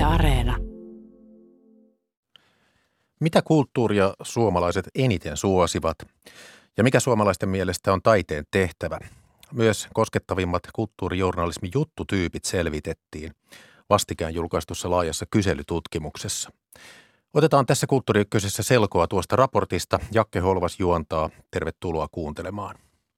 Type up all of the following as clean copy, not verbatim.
Areena. Mitä kulttuuria suomalaiset eniten suosivat ja mikä suomalaisten mielestä on taiteen tehtävä? Myös koskettavimmat kulttuurijournalismin juttutyypit selvitettiin vastikään julkaistussa laajassa kyselytutkimuksessa. Otetaan tässä Kulttuuri Ykkösessä selkoa tuosta raportista. Jakke Holvas juontaa. Tervetuloa kuuntelemaan.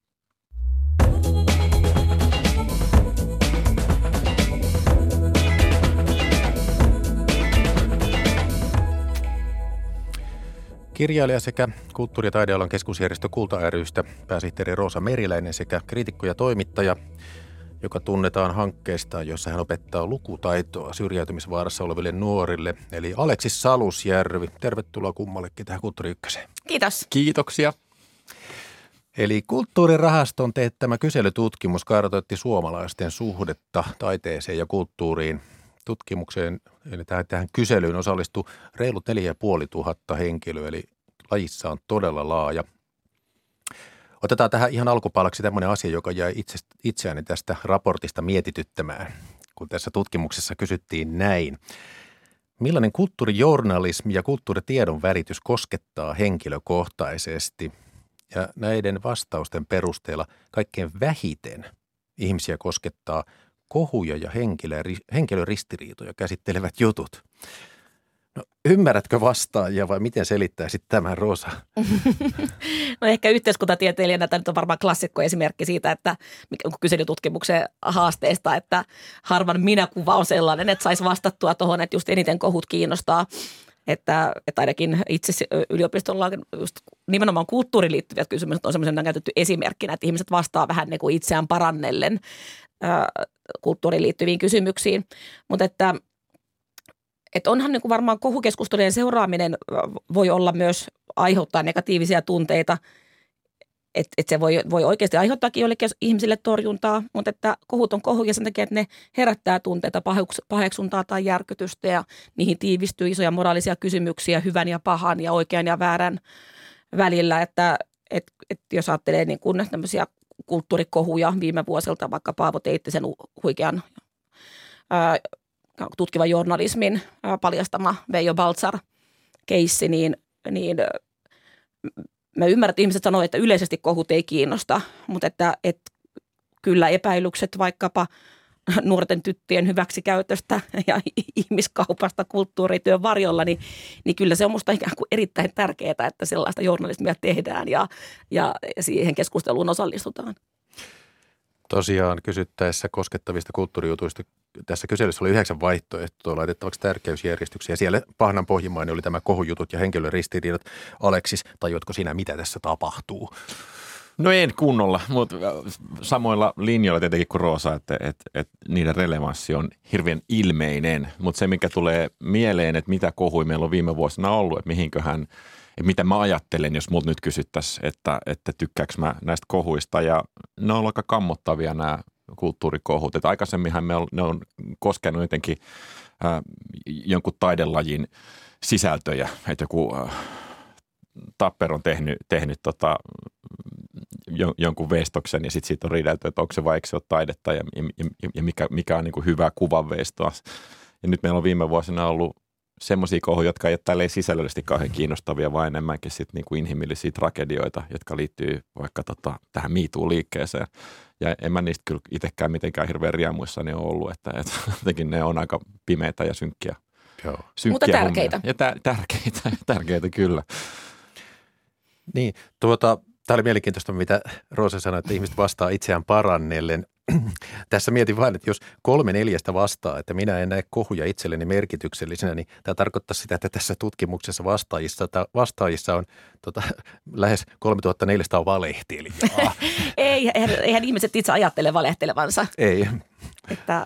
Kirjailija sekä kulttuuri- ja taidealan keskusjärjestö Kulta ry:stä pääsihteeri Roosa Meriläinen sekä kriitikko ja toimittaja, joka tunnetaan hankkeestaan, jossa hän opettaa lukutaitoa syrjäytymisvaarassa oleville nuorille, eli Aleksis Salusjärvi. Tervetuloa kummallekin tähän Kulttuuri Ykköseen. Kiitos. Kiitoksia. Eli Kulttuurirahaston teettämä kyselytutkimus kartoitti suomalaisten suhdetta taiteeseen ja kulttuuriin. Tutkimukseen, eli tähän kyselyyn osallistui reilut 4500 henkilöä, eli lajissa on todella laaja. Otetaan tähän ihan alkupalaksi tämmöinen asia, joka jäi itseäni tästä raportista mietityttämään, kun tässä tutkimuksessa kysyttiin näin. Millainen kulttuurijournalismi ja kulttuuritiedon välitys koskettaa henkilökohtaisesti? Ja näiden vastausten perusteella kaikkein vähiten ihmisiä koskettaa kohuja ja henkilöristiriitoja käsittelevät jutut. No, ymmärrätkö vastaajia vai miten selittäisit tämän, Roosa? No ehkä yhteiskuntatieteilijänä tämä nyt on varmaan klassikkoesimerkki siitä, että kyselytutkimuksen haasteesta, että harvan minäkuva on sellainen, että saisi vastattua tuohon, että just eniten kohut kiinnostaa. Että ainakin itse yliopistolla on just nimenomaan kulttuuriin liittyvät kysymykset on semmoisen käytetty esimerkkinä, että ihmiset vastaa vähän niin kuin itseään parannellen kulttuuriin liittyviin kysymyksiin. Mutta että onhan niin kuin varmaan kohukeskustelujen seuraaminen voi olla myös aiheuttaa negatiivisia tunteita, että se voi oikeasti aiheuttaakin joillekin ihmisille torjuntaa, mutta että kohut on kohuja sen takia, että ne herättää tunteita, paheksuntaa tai järkytystä ja niihin tiivistyy isoja moraalisia kysymyksiä hyvän ja pahan ja oikean ja väärän välillä, että jos ajattelee niin kuin tämmöisiä kulttuurikohuja viime vuosilta, vaikka Paavo Teittisen huikean tutkivan journalismin paljastama Veijo Baltzar-keissi, niin mä ymmärrän, että ihmiset sanoo, että yleisesti kohut ei kiinnosta, mutta että kyllä epäilykset vaikkapa nuorten tyttöjen hyväksikäytöstä ja ihmiskaupasta kulttuurityön varjolla, niin kyllä se on musta ikään kuin erittäin tärkeää, että sellaista journalismia tehdään ja siihen keskusteluun osallistutaan. Tosiaan kysyttäessä koskettavista kulttuurijutuista tässä kyselyssä oli 9 vaihtoehtoa laitettavaksi tärkeysjärjestyksiä. Siellä pahnan pohjimmainen oli tämä kohujutut ja henkilöristiriidat. Aleksis, tajuatko sinä, mitä tässä tapahtuu? No en kunnolla, mutta samoilla linjoilla tietenkin kuin Roosa, että niiden relevanssi on hirveän ilmeinen. Mutta se, mikä tulee mieleen, että mitä kohuja meillä on viime vuosina ollut, että mihinköhän, että mitä mä ajattelen, jos mut nyt kysyttäisiin, että tykkääkö mä näistä kohuista. Ja ne on aika kammottavia nämä kulttuurikohut. Että aikaisemminhan ne on koskenut jotenkin jonkun taidelajin sisältöjä, että joku Tapper on tehnyt jonkun veistoksen ja sitten siitä on riidelty, että onko se vai eikö se ole taidetta ja mikä on niin kuin hyvää kuvanveistoa. Ja nyt meillä on viime vuosina ollut semmoisia kohuja, jotka ei ole tälleen sisällöllisesti kauhean kiinnostavia, vaan enemmänkin sitten niin kuin inhimillisiä tragedioita, jotka liittyy vaikka tähän MeToo-liikkeeseen. Ja en mä niistä kyllä itsekään mitenkään hirveän riemuissani ole ollut, että jotenkin ne on aika pimeitä ja synkkiä. Joo. Mutta tärkeitä. Ja tärkeitä kyllä. Niin, tämä oli mielenkiintoista, mitä Roosa sanoi, että ihmiset vastaa itseään parannellen. Tässä mietin vain, että jos 3/4 vastaa, että minä en näe kohuja itselleni merkityksellisenä, niin tämä tarkoittaa sitä, että tässä tutkimuksessa vastaajissa on lähes 3400 valehtelijaa. Eihän ihmiset itse ajattele valehtelevansa. Ei. Että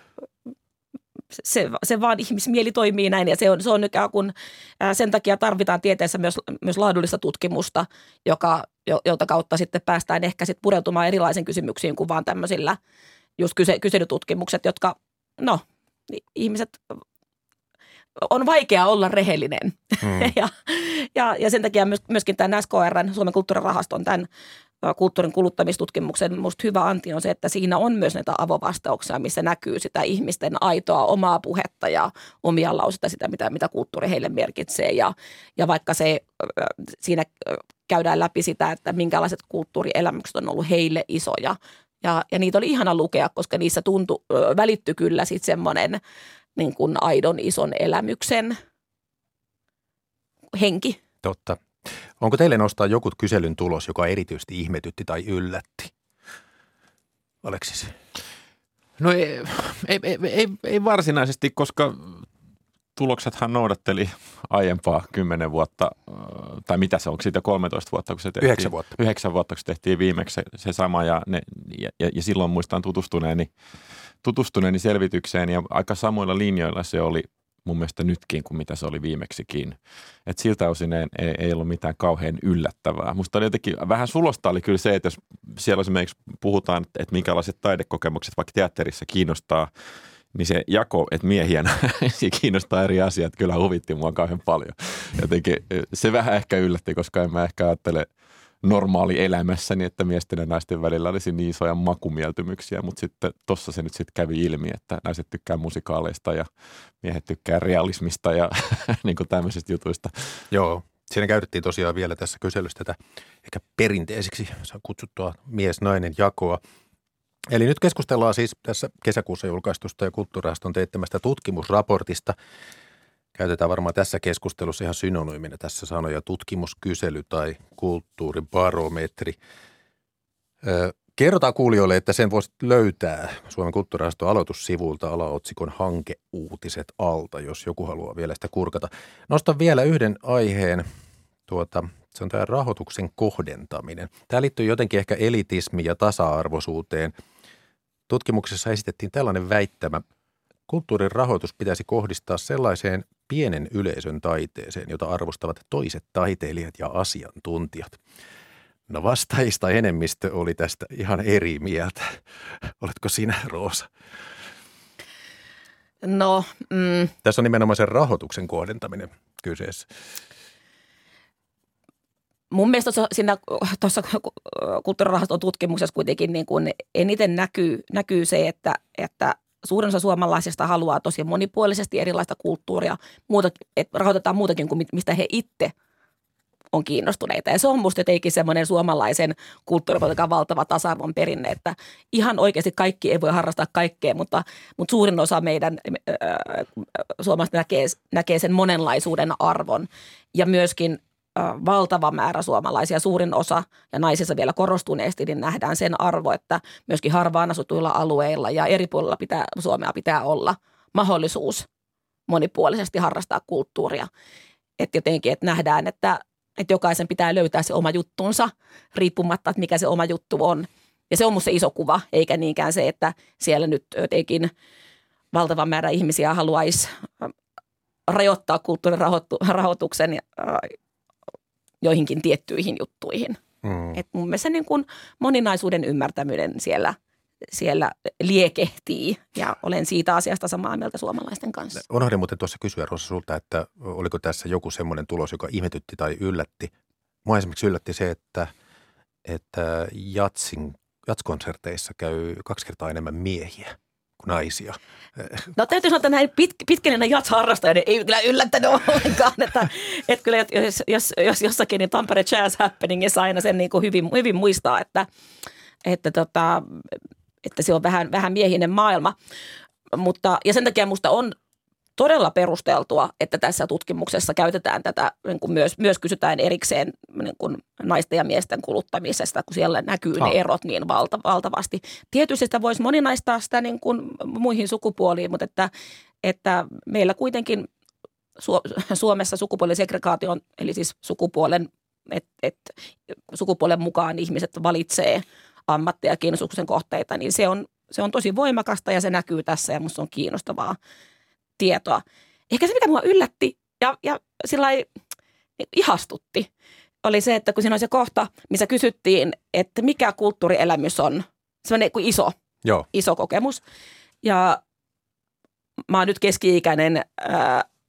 se vaan ihmismieli toimii näin ja se on ikään kuin, sen takia tarvitaan tieteessä myös laadullista tutkimusta, jolta kautta sitten päästään ehkä sitten pureutumaan erilaisiin kysymyksiin kuin vaan tämmöisillä just kyselytutkimukset, jotka, ihmiset, on vaikea olla rehellinen. Ja sen takia myöskin tämän SKR:n, Suomen kulttuurirahaston, tämän kulttuurin kuluttamistutkimuksen musta hyvä anti on se, että siinä on myös näitä avovastauksia, missä näkyy sitä ihmisten aitoa omaa puhetta ja omia lauseita sitä, mitä kulttuuri heille merkitsee. Ja vaikka siinä käydään läpi sitä, että minkälaiset kulttuurielämykset on ollut heille isoja. Ja niitä oli ihana lukea, koska niissä välittyi kyllä sitten semmoinen niin kuin aidon ison elämyksen henki. Totta. Onko teille nostaa joku kyselyn tulos, joka erityisesti ihmetytti tai yllätti? Aleksis? No ei varsinaisesti, koska tuloksethan noudatteli aiempaa 10 vuotta, tai mitä se onko siitä 13 vuotta, kun se tehtiin? 9 vuotta. 9 vuotta, kun se tehtiin viimeksi se sama, ja silloin muistan tutustuneeni selvitykseen, ja aika samoilla linjoilla se oli mun mielestä nytkin kuin mitä se oli viimeksikin. Et siltä osin ei ollut mitään kauhean yllättävää. Musta oli jotenkin, vähän sulosta oli kyllä se, että jos siellä esimerkiksi puhutaan, että minkälaiset taidekokemukset vaikka teatterissa kiinnostaa, niin se jako, että miehiä kiinnostaa eri asiat, kyllä huvitti mua kauhean paljon. Jotenkin se vähän ehkä yllätti, koska en mä ehkä ajattele normaali elämässäni, että miesten ja naisten välillä olisi niin isoja makumieltymyksiä, mutta sitten tossa se nyt sitten kävi ilmi, että naiset tykkää musikaaleista ja miehet tykkää realismista ja niin kuin tämmöisistä jutuista. Joo, siinä käytettiin tosiaan vielä tässä kyselyssä tätä ehkä perinteiseksi kutsuttua mies-nainen jakoa. Eli nyt keskustellaan siis tässä kesäkuussa julkaistusta ja Kulttuurirahaston teettämästä tutkimusraportista. Käytetään varmaan tässä keskustelussa ihan synonyyminä tässä sanoja tutkimuskysely tai kulttuuribarometri. Kerrotaan kuulijoille, että sen voisi löytää Suomen Kulttuurirahaston aloitussivuilta alaotsikon hankeuutiset alta, jos joku haluaa vielä sitä kurkata. Nostan vielä yhden aiheen, se on tämä rahoituksen kohdentaminen. Tämä liittyy jotenkin ehkä elitismiin ja tasa-arvoisuuteen. Tutkimuksessa esitettiin tällainen väittämä. Kulttuurin rahoitus pitäisi kohdistaa sellaiseen pienen yleisön taiteeseen, jota arvostavat toiset taiteilijat ja asiantuntijat. No vastaajista enemmistö oli tästä ihan eri mieltä. Oletko sinä, Roosa? No. Tässä on nimenomaan sen rahoituksen kohdentaminen kyseessä. Mun mielestä tuossa Kulttuurirahaston tutkimuksessa kuitenkin niin kuin eniten näkyy se, että suurin osa suomalaisista haluaa tosi monipuolisesti erilaista kulttuuria, että rahoitetaan muutakin kuin mistä he itse on kiinnostuneita. Ja se on musta jotenkin semmoinen suomalaisen kulttuuripolitiikan valtava tasa-arvon perinne, että ihan oikeasti kaikki ei voi harrastaa kaikkea, mutta suurin osa meidän suomalaisista näkee sen monenlaisuuden arvon ja myöskin valtava määrä suomalaisia, suurin osa ja naisissa vielä korostuneesti, niin nähdään sen arvo, että myöskin harvaan asutuilla alueilla ja eri puolilla Suomea pitää olla mahdollisuus monipuolisesti harrastaa kulttuuria. Että jotenkin, että nähdään, että jokaisen pitää löytää se oma juttunsa riippumatta, että mikä se oma juttu on. Ja se on musta se iso kuva, eikä niinkään se, että siellä nyt jotenkin valtava määrä ihmisiä haluaisi rajoittaa kulttuurirahoituksen joihinkin tiettyihin juttuihin. Et mun mielestä niin kuin moninaisuuden ymmärtäminen siellä liekehtii ja olen siitä asiasta samaa mieltä suomalaisten kanssa. Unohdin muuten tuossa kysyä, Rosa, sulta, että oliko tässä joku semmoinen tulos, joka ihmetytti tai yllätti. Mua esimerkiksi yllätti se, että jatskonserteissa käy 2 kertaa enemmän miehiä kuin naisia. No täytyy sanoa, että näin pitkänä jats-harrastajia ei kyllä yllättänyt ollenkaan, että kyllä jos jossakin niin Tampere Jazz Happeningissa aina sen niin kuin hyvin muistaa, että se on vähän miehinen maailma, ja sen takia musta on todella perusteltua, että tässä tutkimuksessa käytetään tätä, niin kuin myös kysytään erikseen niin kuin naisten ja miesten kuluttamisesta, kun siellä näkyy ne erot niin valtavasti. Tietysti sitä voisi moninaistaa sitä niin kuin muihin sukupuoliin, mutta että meillä kuitenkin Suomessa sukupuolisegregaatio, eli siis sukupuolen mukaan ihmiset valitsee ammatteja ja kiinnostuksen kohteita, niin se on tosi voimakasta ja se näkyy tässä ja musta on kiinnostavaa tietoa. Ehkä se, mikä mua yllätti ja sillai ihastutti, oli se, että kun siinä on se kohta, missä kysyttiin, että mikä kulttuurielämys on, semmoinen kuin iso kokemus. Ja mä oon nyt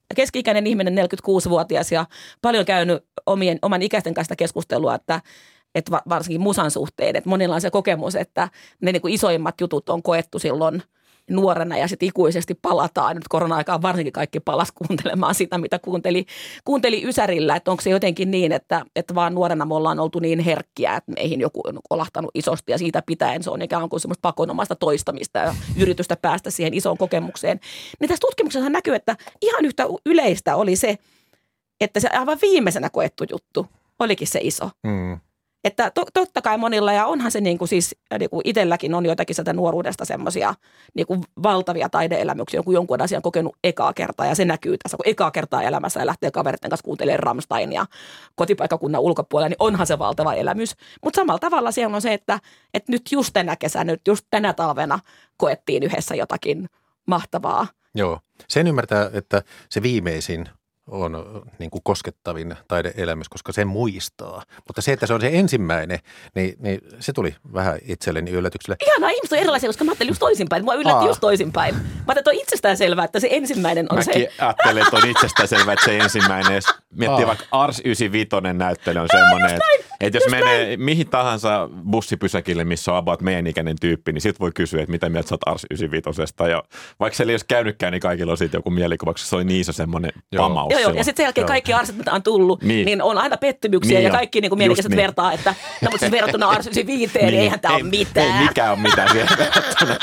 keski-ikäinen ihminen, 46-vuotias ja paljon käynyt oman ikäisten kanssa keskustelua, että että varsinkin musan suhteen, että monilla on se kokemus, että ne niin kuin isoimmat jutut on koettu silloin nuorena ja sitten ikuisesti palataan. Nyt korona-aikaan varsinkin kaikki palas kuuntelemaan sitä, mitä kuunteli Ysärillä. Että onko se jotenkin niin, että vaan nuorena me ollaan oltu niin herkkiä, että meihin joku on kolahtanut isosti ja siitä pitäen se on ikään kuin semmoista pakonomaista toistamista ja yritystä päästä siihen isoon kokemukseen. Niin tässä tutkimuksessa näkyy, että ihan yhtä yleistä oli se, että se aivan viimeisenä koettu juttu olikin se iso. Että totta kai monilla, ja onhan se niin kuin siis, niin kuin itselläkin on joitakin sieltä nuoruudesta semmoisia niin kuin valtavia taideelämyksiä, kun jonkun asian kokenut ekaa kertaa, ja se näkyy tässä, kun ekaa kertaa elämässä ja lähtee kaveritten kanssa kuuntelemaan Rammsteinia kotipaikkakunnan ulkopuolella, niin onhan se valtava elämys. Mutta samalla tavalla siellä on se, että nyt just tänä kesänä, nyt just tänä talvena koettiin yhdessä jotakin mahtavaa. Joo, sen ymmärtää, että se viimeisin on niin kuin koskettavin taideelämys, koska sen muistaa. Mutta se, että se on se ensimmäinen, niin se tuli vähän itselleni yllätyksellä. Ihanaa, ihmiset on erilaisia, koska mä ajattelin just toisinpäin. Mua yllätti just toisinpäin. Mä ajattelin, että on itsestäänselvää, että se ensimmäinen on se. Mäkin ajattelen, että on itsestäänselvää, että se ensimmäinen. Miettii vaikka Ars 95 näyttely on semmoinen, että jos menee mihin tahansa bussipysäkille, missä on about meidän ikäinen tyyppi, niin sit voi kysyä, että mitä mieltä sä oot Ars 95. Ja vaikka se ei olisi käynytkään, niin kaikilla on siitä joku mielikuva, koska se oli niin iso semmoinen pamaus. Joo, ja sitten sen jälkeen kaikki arsit, mitä on tullut, niin on aina pettymyksiä ja kaikki niin mielikäiset niin vertaa, että no mutta siis verrattuna Ars 95, niin eihän tämä ole mitään. Ei mikään ole mitään siellä verrattuna.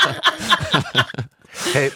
Hei,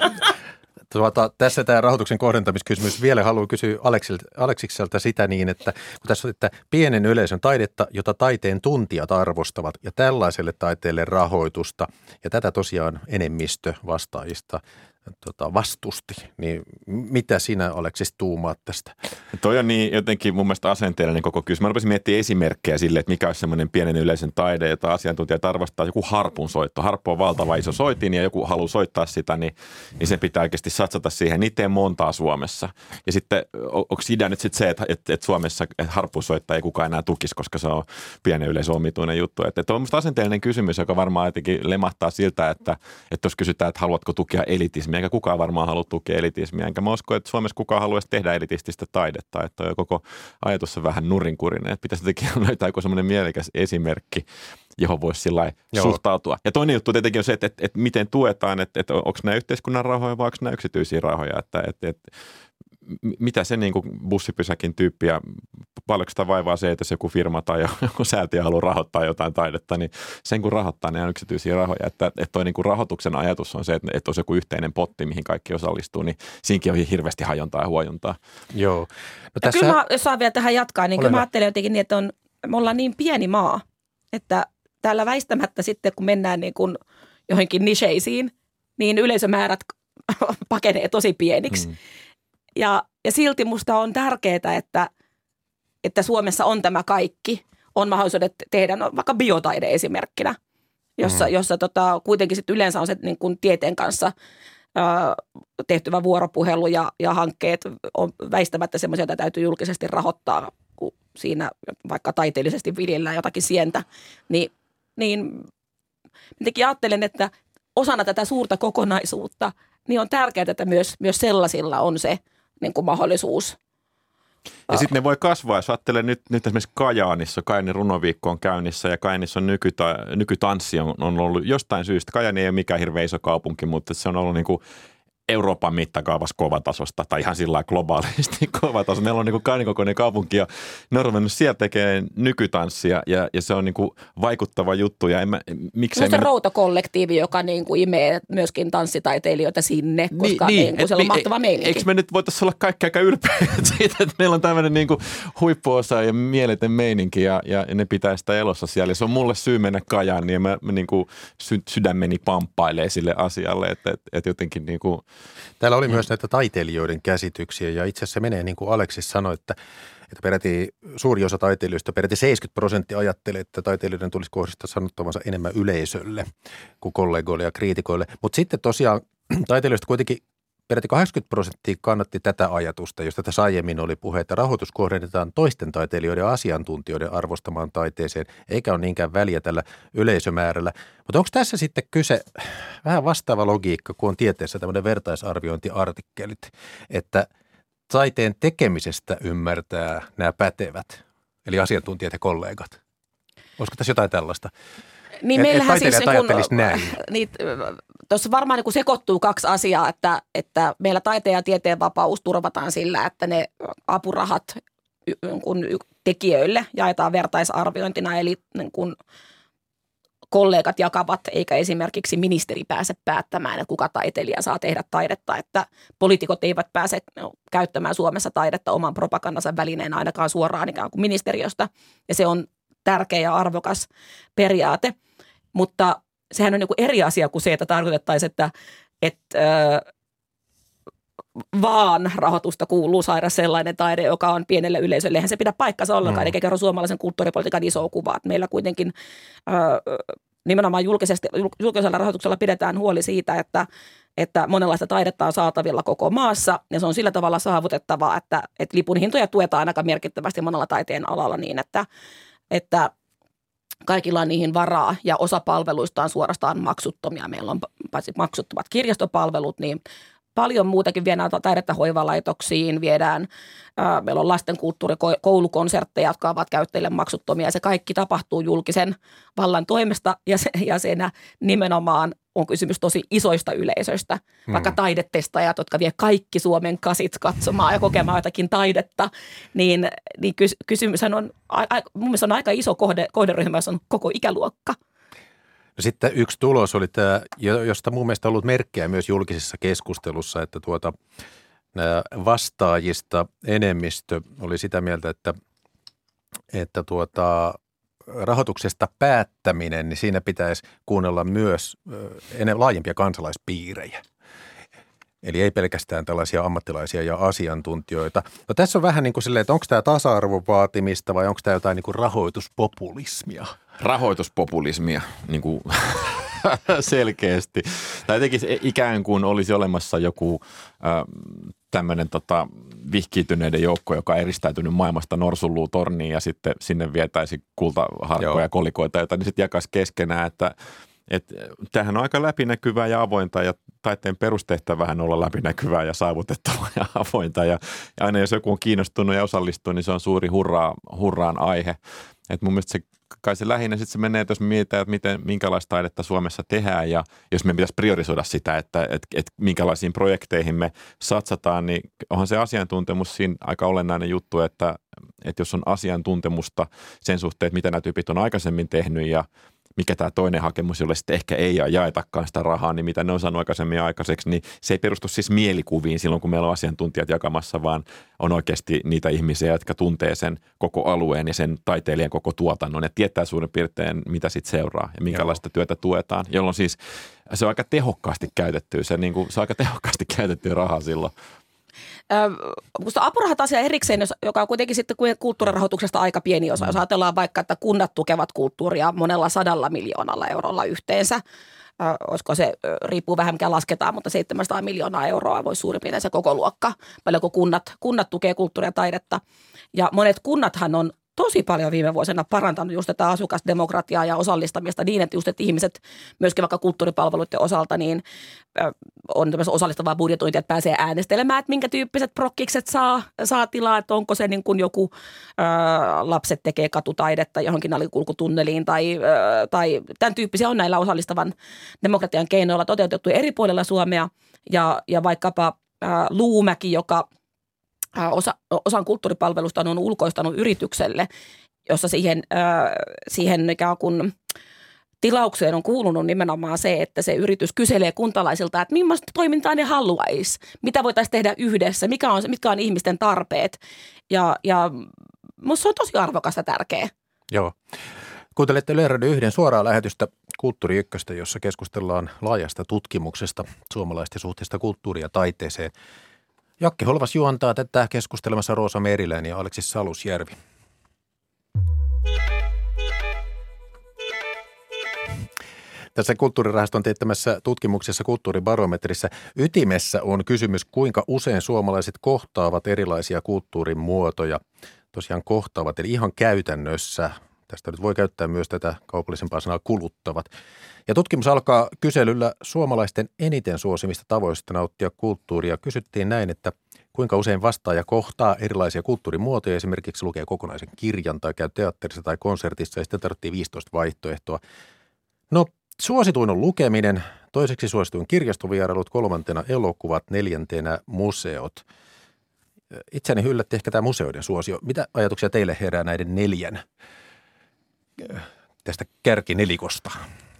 tässä tämä rahoituksen kohdentamiskysymys. Vielä haluan kysyä Aleksikselta sitä niin, että kun tässä on, että pienen yleisön taidetta, jota taiteen tuntijat arvostavat ja tällaiselle taiteelle rahoitusta, ja tätä tosiaan enemmistö vastaajista vastusti, niin mitä sinä Aleksis tuumaat tästä? Toi on niin jotenkin mun mielestä asenteellinen koko kysymys. Mä rupesin miettimään esimerkkejä sille, että mikä olisi semmoinen pienen yleisön taide, jota asiantuntijat arvostaa. Joku harpun soitto. Harppu on valtava iso soitin ja joku haluaa soittaa sitä, niin se pitää oikeasti satsata siihen. Niitä ei montaa Suomessa. Ja sitten onko idea nyt sitten se, että Suomessa harppun soittaa ei kukaan enää tukisi, koska se on pienen yleisön omituinen juttu. Että on musta asenteellinen kysymys, joka varmaan jotenkin lemahtaa siltä, että jos kysytään, että haluatko tukea elitismiä, eikä kukaan varmaan halua tukea elitismiä. Enkä mä usko, että Suomessa kukaan haluaisi tehdä elitististä taidetta. Että koko ajatus on vähän nurinkurinen. Että pitäisi jotenkin löytää joku semmoinen mielekäs esimerkki, johon voisi sillä suhtautua. Ja toinen juttu tietenkin on se, että miten tuetaan, että onko nämä yhteiskunnan rahoja vai onko nämä yksityisiä rahoja. Että mitä se niin kuin bussipysäkin tyyppi ja paljonko sitä vaivaa se, että jos joku firma tai joku säätiö haluaa rahoittaa jotain taidetta, niin sen kun rahoittaa, ne on yksityisiä rahoja. Että toi niin kuin rahoituksen ajatus on se, että olisi joku yhteinen potti, mihin kaikki osallistuu, niin siinäkin on hirveästi hajontaa ja huojontaa. Joo. No tässä... Kyllä jos saan vielä tähän jatkaa, niin kyllä mä ajattelen jotenkin niin, että me ollaan niin pieni maa, että täällä väistämättä sitten, kun mennään niin kuin johonkin nicheisiin, niin yleisömäärät pakenee tosi pieniksi. Ja silti musta on tärkeää, että Suomessa on tämä kaikki. On mahdollisuudet tehdä vaikka biotaide esimerkkinä, jossa kuitenkin sit yleensä on se niin kuin tieteen kanssa tehtyvä vuoropuhelu ja hankkeet on väistämättä semmoisia, joita täytyy julkisesti rahoittaa, kun siinä vaikka taiteellisesti viljellään jotakin sientä. Niin jotenkin ajattelen, että osana tätä suurta kokonaisuutta niin on tärkeää, että myös sellaisilla on se niin kuin mahdollisuus. Ja sitten ne voi kasvaa, jos ajattelee nyt esimerkiksi Kajaanissa, Kajaanin runoviikko on käynnissä ja Kajaanissa on nykytanssi on ollut jostain syystä. Kajaani ei ole mikään hirveän iso kaupunki, mutta se on ollut niin kuin Euroopan mittakaavassa kovatasosta tai ihan sillä globaalisti kovatasosta. Meillä on niin kuin kainikokoinen kaupunki ja ne on ruvennut siellä tekemään nykytanssia ja se on niin kuin vaikuttava juttu. Ja miksei se Routa-kollektiivi, joka niin kuin imee myöskin tanssitaiteilijoita sinne, koska se on mahtava meininki. Eikö me nyt voitaisiin olla kaikki aika ylpeitä siitä, että meillä on tämmöinen niin kuin huippuosa ja mieletön meininki ja ne pitää sitä elossa siellä. Ja se on mulle syy mennä Kajaaniin ja mä niin kuin sydämeni pamppailee sille asialle, että jotenkin niin kuin täällä oli myös näitä taiteilijoiden käsityksiä ja itse asiassa se menee niin kuin Aleksis sanoi, että peräti suuri osa taiteilijoista, peräti 70% ajattelee, että taiteilijoiden tulisi kohdistaa sanottavansa enemmän yleisölle kuin kollegoille ja kriitikoille. Mutta sitten tosiaan taiteilijoista kuitenkin peräti 80% kannatti tätä ajatusta, josta tässä aiemmin oli puhe, että rahoitus kohdennetaan toisten taiteilijoiden ja asiantuntijoiden arvostamaan taiteeseen, eikä ole niinkään väliä tällä yleisömäärällä. Mutta onko tässä sitten kyse vähän vastaava logiikka, kun on tieteessä tämmöinen vertaisarviointiartikkelit, että taiteen tekemisestä ymmärtää nämä pätevät, eli asiantuntijat ja kollegat? Olisiko tässä jotain tällaista? Niin meillähän siis näin. Tuossa varmaan niin sekoittuu kaksi asiaa, että meillä taiteen ja tieteen vapaus turvataan sillä, että ne apurahat kun tekijöille jaetaan vertaisarviointina, eli niin kun kollegat jakavat, eikä esimerkiksi ministeri pääse päättämään, että kuka taiteilija saa tehdä taidetta, että poliitikot eivät pääse käyttämään Suomessa taidetta oman propagandansa välineen ainakaan suoraan ikään kuin ministeriöstä, ja se on tärkeä ja arvokas periaate, mutta sehän on niin kuin eri asia kuin se, että tarkoitettaisiin, että vaan rahoitusta kuuluu saada sellainen taide, joka on pienelle yleisölle. Eihän se pidä paikkansa ollenkaan, eikä kerro suomalaisen kulttuuripolitiikan isoa kuvaa. Meillä kuitenkin nimenomaan julkisella rahoituksella pidetään huoli siitä, että monenlaista taidetta on saatavilla koko maassa, ja se on sillä tavalla saavutettavaa, että lipun hintoja tuetaan aika merkittävästi monella taiteen alalla niin, että kaikilla on niihin varaa, ja osa palveluista on suorastaan maksuttomia. Meillä on paitsi maksuttomat kirjastopalvelut, niin paljon muutakin viedään taidetta hoivalaitoksiin, meillä on lastenkulttuurikoulukonsertteja, jotka ovat käyttäjille maksuttomia, ja se kaikki tapahtuu julkisen vallan toimesta, ja siinä nimenomaan on kysymys tosi isoista yleisöistä, vaikka taidetestaajat, jotka vie kaikki Suomen kasit katsomaan ja kokemaan jotakin taidetta, niin kysymyshän on, mun mielestä on aika iso kohderyhmä, jossa on koko ikäluokka. No sitten yksi tulos oli tämä, josta mun mielestä on ollut merkkejä myös julkisessa keskustelussa, että vastaajista enemmistö oli sitä mieltä, että rahoituksesta päättäminen, niin siinä pitäisi kuunnella myös laajempia kansalaispiirejä. Eli ei pelkästään tällaisia ammattilaisia ja asiantuntijoita. No tässä on vähän niin kuin silleen, että onko tämä tasa-arvon vaatimista vai onko tämä jotain niin kuin rahoituspopulismia? Rahoituspopulismia, niin kuin selkeästi. Tai jotenkin ikään kuin olisi olemassa joku tämmöinen vihkiytyneiden joukko, joka on eristäytynyt maailmasta norsunluutorniin ja sitten sinne vietäisi kultaharkkoja ja kolikoita, joita ne sitten jakaisi keskenään, että tämähän on aika läpinäkyvää ja avointa ja taiteen perustehtävähän olla läpinäkyvää ja saavutettavaa ja avointa. Ja aina jos joku on kiinnostunut ja osallistuu, niin se on suuri hurraan aihe. Et mun mielestä kai se lähinnä sitten se menee, että jos me mietitään, että minkälaista taidetta Suomessa tehdään ja jos me pitäisi priorisoida sitä, että minkälaisiin projekteihin me satsataan, niin onhan se asiantuntemus siinä aika olennainen juttu, että jos on asiantuntemusta sen suhteen, että mitä nämä tyypit on aikaisemmin tehnyt ja mikä tämä toinen hakemus, jolle sitten ehkä ei jaetakaan sitä rahaa, niin mitä ne on saanut aikaisemmin aikaiseksi, niin se ei perustu siis mielikuviin silloin, kun meillä on asiantuntijat jakamassa, vaan on oikeasti niitä ihmisiä, jotka tuntee sen koko alueen ja sen taiteilijan koko tuotannon ja tietää suurin piirtein, mitä sitten seuraa ja minkälaista työtä tuetaan, jolloin siis se on aika tehokkaasti käytetty, se on aika tehokkaasti käytetty rahaa silloin. Musta apurahat asia erikseen, joka on kuitenkin sitten kulttuurirahoituksesta aika pieni osa. Jos ajatellaan vaikka, että kunnat tukevat kulttuuria monella 100 miljoonalla eurolla yhteensä. Olisiko se, riippuu vähän mikä lasketaan, mutta 700 miljoonaa euroa voisi suurin piirtein se koko luokka. Paljonko kunnat tukee kulttuuria ja taidetta. Ja monet kunnathan on tosi paljon viime vuosina parantanut just tätä asukasdemokratiaa ja osallistamista niin, että just että ihmiset myöskin vaikka kulttuuripalveluiden osalta niin on tämmöistä osallistavaa budjetointia, että pääsee äänestelemään, että minkä tyyppiset prokkikset saa tilaa, että onko se niin kuin joku lapset tekee katutaidetta johonkin alikulkutunneliin tai tämän tyyppisiä on näillä osallistavan demokratian keinoilla toteutettu eri puolilla Suomea ja vaikkapa Luumäki, joka osan kulttuuripalvelusta on ulkoistanut yritykselle, jossa siihen ikään kuin tilaukseen on kuulunut nimenomaan se, että se yritys kyselee kuntalaisilta, että millaista toimintaa ne haluaisi, mitä voitaisiin tehdä yhdessä, mitkä on ihmisten tarpeet. Ja minusta se on tosi arvokasta tärkeää. Joo. Kuuntelette Yle Radio 1 suoraa lähetystä Kulttuuri Ykköstä, jossa keskustellaan laajasta tutkimuksesta suomalaisten suhteesta kulttuuriin ja taiteeseen. Jakke Holvas juontaa tätä keskustelemassa Roosa Merilän ja Aleksis Salusjärvi. Tässä Kulttuurirahaston teettämässä tutkimuksessa Kulttuuribarometrissa ytimessä on kysymys, kuinka usein suomalaiset kohtaavat erilaisia kulttuurin muotoja. Tosiaan kohtaavat, eli ihan käytännössä. Tästä nyt voi käyttää myös tätä kaupallisempaa sanaa kuluttavat. Ja tutkimus alkaa kyselyllä suomalaisten eniten suosimista tavoista nauttia kulttuuria. Kysyttiin näin, että Kuinka usein vastaaja kohtaa erilaisia kulttuurimuotoja, esimerkiksi lukee kokonaisen kirjan tai käy teatterissa tai konsertissa, ja sitten tarvittiin 15 vaihtoehtoa. No, suosituin on lukeminen, toiseksi suosituin kirjastovierailut, kolmantena elokuvat, neljäntenä museot. Itseäni yllätti ehkä tämä museoiden suosio. Mitä ajatuksia teille herää näiden neljän tästä kärkinelikosta?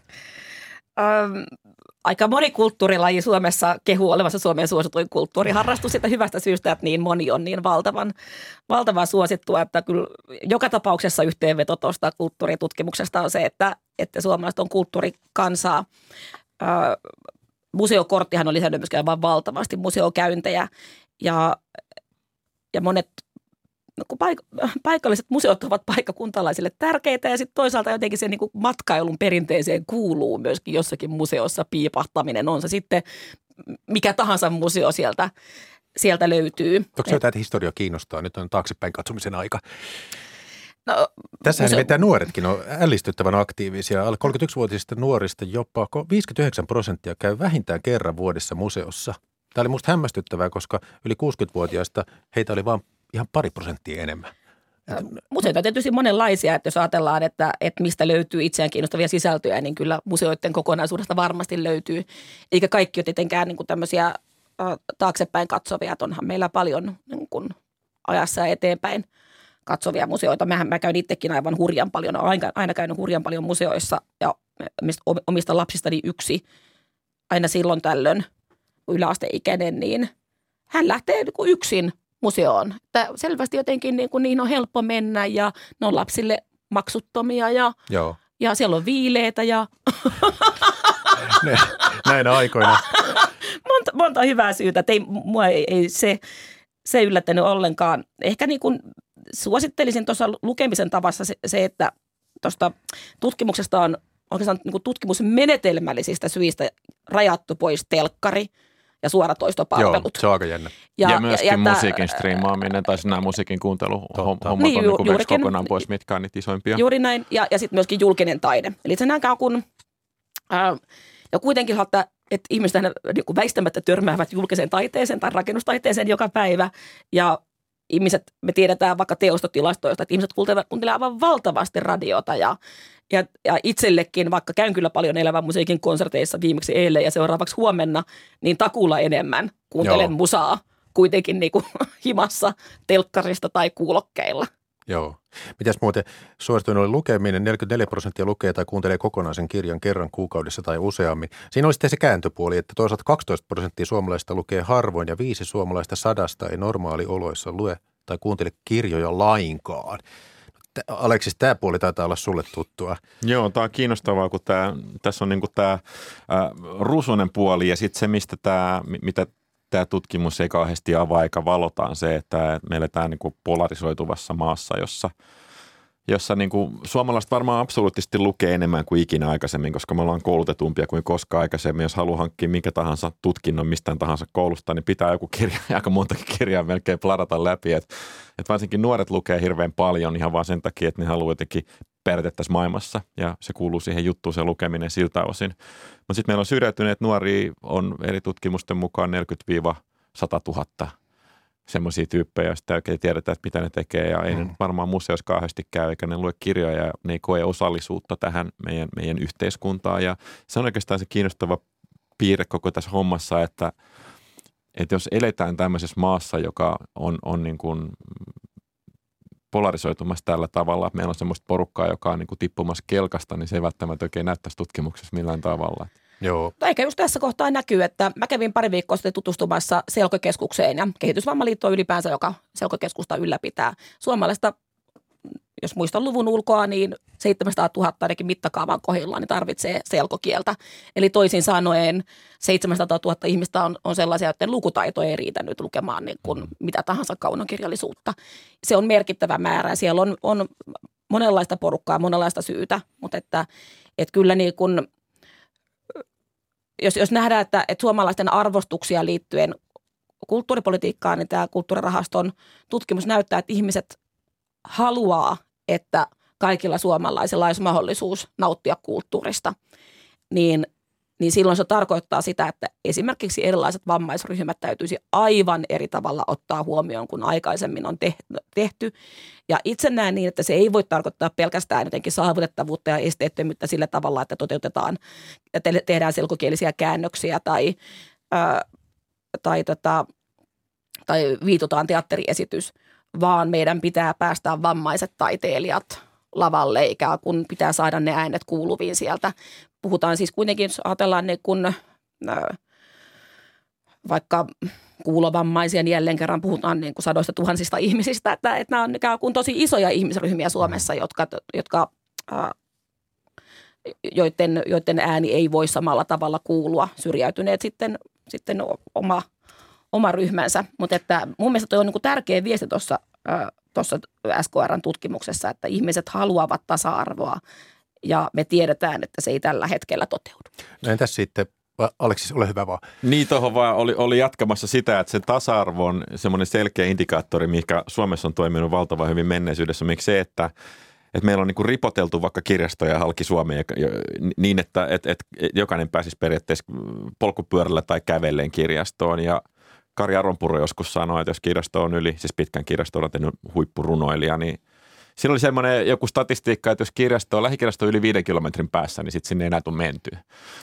Aika moni kulttuurilaji Suomessa kehuu olevassa Suomen suosituin kulttuuriharrastus sitä hyvästä syystä, että niin moni on niin valtavan suosittua, että kyllä joka tapauksessa yhteenveto tuosta kulttuuritutkimuksesta on se, että suomalaiset on kulttuurikansaa. Museokorttihan on lisännyt myöskin aivan valtavasti museokäyntejä ja monet kun paikalliset museot ovat paikkakuntalaisille tärkeitä ja sitten toisaalta jotenkin sen niin kuin matkailun perinteeseen kuuluu myöskin jossakin museossa piipahtaminen. On se sitten mikä tahansa museo sieltä löytyy. Onko se jotain, että historia kiinnostaa? Nyt on taaksepäin katsomisen aika. No, tässähän nimittäin nuoretkin on ällistyttävän aktiivisia. Alle 31-vuotiaista nuorista jopa 59% käy vähintään kerran vuodessa museossa. Tämä oli musta hämmästyttävää, koska yli 60-vuotiaista heitä oli vaan ihan pari prosenttia enemmän. Museoita on tietysti monenlaisia, että jos ajatellaan, että mistä löytyy itseään kiinnostavia sisältöjä, niin kyllä museoiden kokonaisuudesta varmasti löytyy. Eikä kaikki ole tietenkään niin kuin tämmöisiä taaksepäin katsovia, että onhan meillä paljon niin kuin ajassa eteenpäin katsovia museoita. Mä käyn itsekin aivan hurjan paljon, olen aina käynyt hurjan paljon museoissa ja omista lapsistani yksi aina silloin tällöin yläasteikäinen, niin hän lähtee yksin museoon. Että selvästi jotenkin niin on helppo mennä ja ne on lapsille maksuttomia ja siellä on viileitä ja näinä aikoina. monta hyvää syytä, että mua ei se yllättänyt ollenkaan. Ehkä niin kuin suosittelisin tuossa lukemisen tavassa se että tuosta tutkimuksesta on oikeastaan niin kuin tutkimusmenetelmällisistä syistä rajattu pois telkkari ja suoratoistopalvelut. Joo, se on aika jännä. Ja myöskin musiikin striimaaminen tai nämä musiikin kuunteluhommat on niin kokonaan pois, mitkä on niitä isoimpia. Juuri näin, ja sitten myöskin julkinen taide. Eli se näkään kun, ja kuitenkin että ihmiset niin väistämättä törmäävät julkiseen taiteeseen tai rakennustaiteeseen joka päivä, ja ihmiset, me tiedetään vaikka teostotilastoista, että ihmiset kuuntelevat aivan valtavasti radiota ja itsellekin, vaikka käyn kyllä paljon elävän musiikin konserteissa viimeksi eilen ja seuraavaksi huomenna, niin takuulla enemmän kuuntelen musaa kuitenkin niin kuin himassa, telkkarista tai kuulokkeilla. Joo. Mitäs muuten suosituin oli lukeminen, 44% lukee tai kuuntelee kokonaisen kirjan kerran kuukaudessa tai useammin. Siinä oli sitten se kääntöpuoli, että toisaalta 12% suomalaista lukee harvoin ja 5 suomalaista 100 ei normaalioloissa lue tai kuuntele kirjoja lainkaan. Aleksis, tämä puoli taitaa olla sulle tuttua. Joo, tämä on kiinnostavaa, kun tässä on niinku tämä ruusuinen puoli ja sitten se, mitä tämä tutkimus ei kauheasti avaa eikä valotaan se, että me eletään niinku polarisoituvassa maassa, jossa niinku suomalaiset varmaan absoluuttisesti lukee enemmän kuin ikinä aikaisemmin, koska me ollaan koulutetumpia kuin koskaan aikaisemmin. Jos haluaa hankkia minkä tahansa tutkinnon mistään tahansa koulusta, niin pitää joku kirja, aika montakin kirjaa melkein pladata läpi. Et varsinkin nuoret lukee hirveän paljon ihan vaan sen takia, että ne haluaa jotenkin pärjätä tässä maailmassa ja se kuuluu siihen juttuun se lukeminen siltä osin. Mutta sitten meillä on syrjäytyneet nuoria, on eri tutkimusten mukaan 40-100 000 semmoisia tyyppejä, joista oikein tiedetään, että mitä ne tekee ja ei ne varmaan museoissa kauheasti käy, eikä ne lue kirjoja ja ne ei koe osallisuutta tähän meidän yhteiskuntaan ja se on oikeastaan se kiinnostava piirre koko tässä hommassa, että jos eletään tämmöisessä maassa, joka on niin kuin polarisoitumassa tällä tavalla, että meillä on semmoista porukkaa, joka on niin kuin tippumassa kelkasta, niin se ei välttämättä oikein näyttäisi tutkimuksessa millään tavalla. Joo. Eikä just tässä kohtaa näkyy, että mä kävin pari viikkoa sitten tutustumassa Selkokeskukseen ja Kehitysvammaliitto ylipäänsä, joka Selkokeskusta ylläpitää. Suomalaista, jos muistan luvun ulkoa, niin 700 000 ainakin mittakaavan kohdillaan niin tarvitsee selkokieltä. Eli toisin sanoen 700 000 ihmistä on sellaisia, että lukutaito ei riitä nyt lukemaan niin kuin mitä tahansa kaunokirjallisuutta. Se on merkittävä määrä. Siellä on monenlaista porukkaa, monenlaista syytä, mutta että kyllä niin kuin jos nähdään, että suomalaisten arvostuksia liittyen kulttuuripolitiikkaan, niin tämä kulttuurirahaston tutkimus näyttää, että ihmiset haluaa, että kaikilla suomalaisilla olisi mahdollisuus nauttia kulttuurista, niin niin silloin se tarkoittaa sitä, että esimerkiksi erilaiset vammaisryhmät täytyisi aivan eri tavalla ottaa huomioon kuin aikaisemmin on tehty. Ja itse näen niin, että se ei voi tarkoittaa pelkästään jotenkin saavutettavuutta ja esteettömyyttä sillä tavalla, että toteutetaan ja tehdään selkokielisiä käännöksiä tai viitutaan teatteriesitys, vaan meidän pitää päästää vammaiset taiteilijat lavalle, ikään kuin pitää saada ne äänet kuuluviin sieltä. Puhutaan siis kuitenkin, jos ajatellaan ne kun vaikka kuulovammaisia, niin jälleen kerran puhutaan niin kuin sadoista tuhansista ihmisistä, että nämä on ikään kuin tosi isoja ihmisryhmiä Suomessa, joiden ääni ei voi samalla tavalla kuulua, syrjäytyneet sitten oma ryhmänsä. Mutta että mun mielestä toi on niin kuin tärkeä viesti tuossa SKR:n tutkimuksessa, että ihmiset haluavat tasa-arvoa ja me tiedetään, että se ei tällä hetkellä toteudu. No entäs sitten, Aleksis, ole hyvä vaan. Niin, tuohon vaan oli jatkamassa sitä, että se tasa-arvo on semmoinen selkeä indikaattori, mikä Suomessa on toiminut valtavan hyvin menneisyydessä. Miksi se, että meillä on niin kuin ripoteltu vaikka kirjastoja halki Suomeen niin, että jokainen pääsisi periaatteessa polkupyörällä tai kävelleen kirjastoon. Ja Kari Aronpuro joskus sanoi, että jos kirjasto on siis pitkän kirjaston on tehnyt huippurunoilija, niin siinä oli semmoinen joku statistiikka, että jos lähikirjasto on yli 5 kilometrin päässä, niin sitten sinne ei enää tule mentyä.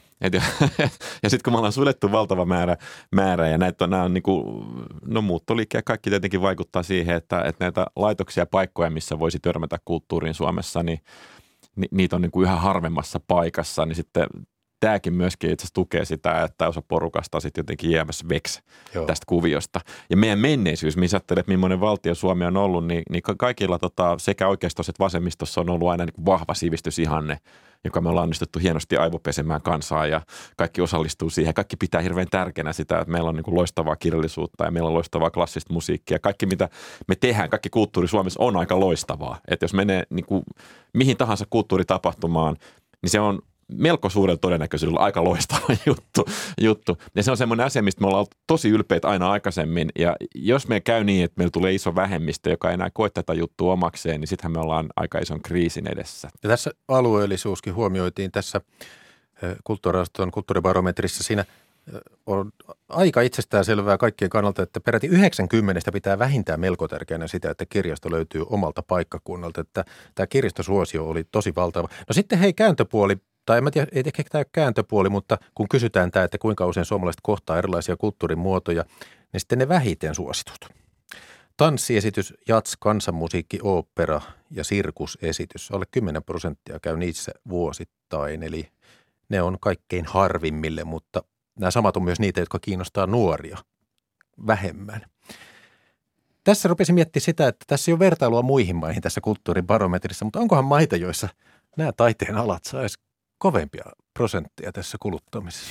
Ja sitten kun me ollaan suljettu valtava määrä ja nämä on niin kuin, muuttoliike ja kaikki tietenkin vaikuttaa siihen, että näitä laitoksia ja paikkoja, missä voisi törmätä kulttuuriin Suomessa, niin niitä on niin kuin yhä harvemmassa paikassa, niin sitten tämäkin myöskin itse asiassa tukee sitä, että osa porukasta on sitten jotenkin jäämässä veksi tästä kuviosta. Ja meidän menneisyys, missä ajattelee, että millainen valtio Suomi on ollut, niin kaikilla sekä oikeistossa että vasemmistossa on ollut aina niin kuin vahva sivistysihanne, joka me ollaan onnistuttu hienosti aivopesemään kansaa ja kaikki osallistuu siihen. Kaikki pitää hirveän tärkeänä sitä, että meillä on niin kuin loistavaa kirjallisuutta ja meillä on loistavaa klassista musiikkia. Kaikki mitä me tehdään, kaikki kulttuuri Suomessa on aika loistavaa. Että jos menee niin kuin mihin tahansa kulttuuritapahtumaan, niin se on melko suurella todennäköisyydellä aika loistava juttu. Ja se on semmoinen asia, mistä me ollaan oltu tosi ylpeitä aina aikaisemmin. Ja jos me käy niin, että meillä tulee iso vähemmistö, joka ei enää koe tätä juttua omakseen, niin sittenhän me ollaan aika ison kriisin edessä. Ja tässä alueellisuuskin huomioitiin tässä Kulttuurirahaston kulttuuribarometrissa. Siinä on aika itsestäänselvää kaikkien kannalta, että peräti 90 pitää vähintään melko tärkeänä sitä, että kirjasto löytyy omalta paikkakunnalta. Että tämä kirjastosuosio oli tosi valtava. No sitten hei, kääntöpuoli. Tai en mä tiedä, ei ehkä tämä ole kääntöpuoli, mutta kun kysytään tämä, että kuinka usein suomalaiset kohtaa erilaisia kulttuurin muotoja, niin sitten ne vähiten suositut. Tanssiesitys, jats, kansanmusiikki, ooppera ja sirkusesitys. Alle 10% käy niissä vuosittain, eli ne on kaikkein harvimmille, mutta nämä samat on myös niitä, jotka kiinnostaa nuoria vähemmän. Tässä rupesin miettimään sitä, että tässä ei ole vertailua muihin maihin tässä kulttuuribarometrissa, mutta onkohan maita, joissa nämä taiteen alat saisi kovempia prosenttia tässä kuluttamisessa?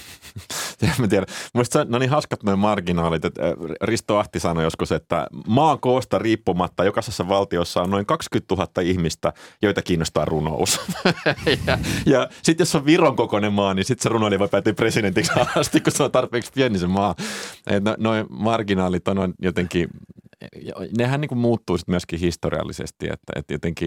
En tiedä. Mielestäni ne on niin hauskat nuo marginaalit, että Risto Ahti sanoi joskus, että maan koosta riippumatta jokaisessa valtiossa on noin 20 000 ihmista, joita kiinnostaa runous. ja sitten jos on Viron kokoinen maa, niin sitten se runoilija voi päätyä presidentiksi asti, kun se on tarpeeksi pieni se maa. Noin marginaalit on jotenkin, nehän niin kuin muuttuu sitten myöskin historiallisesti, että jotenkin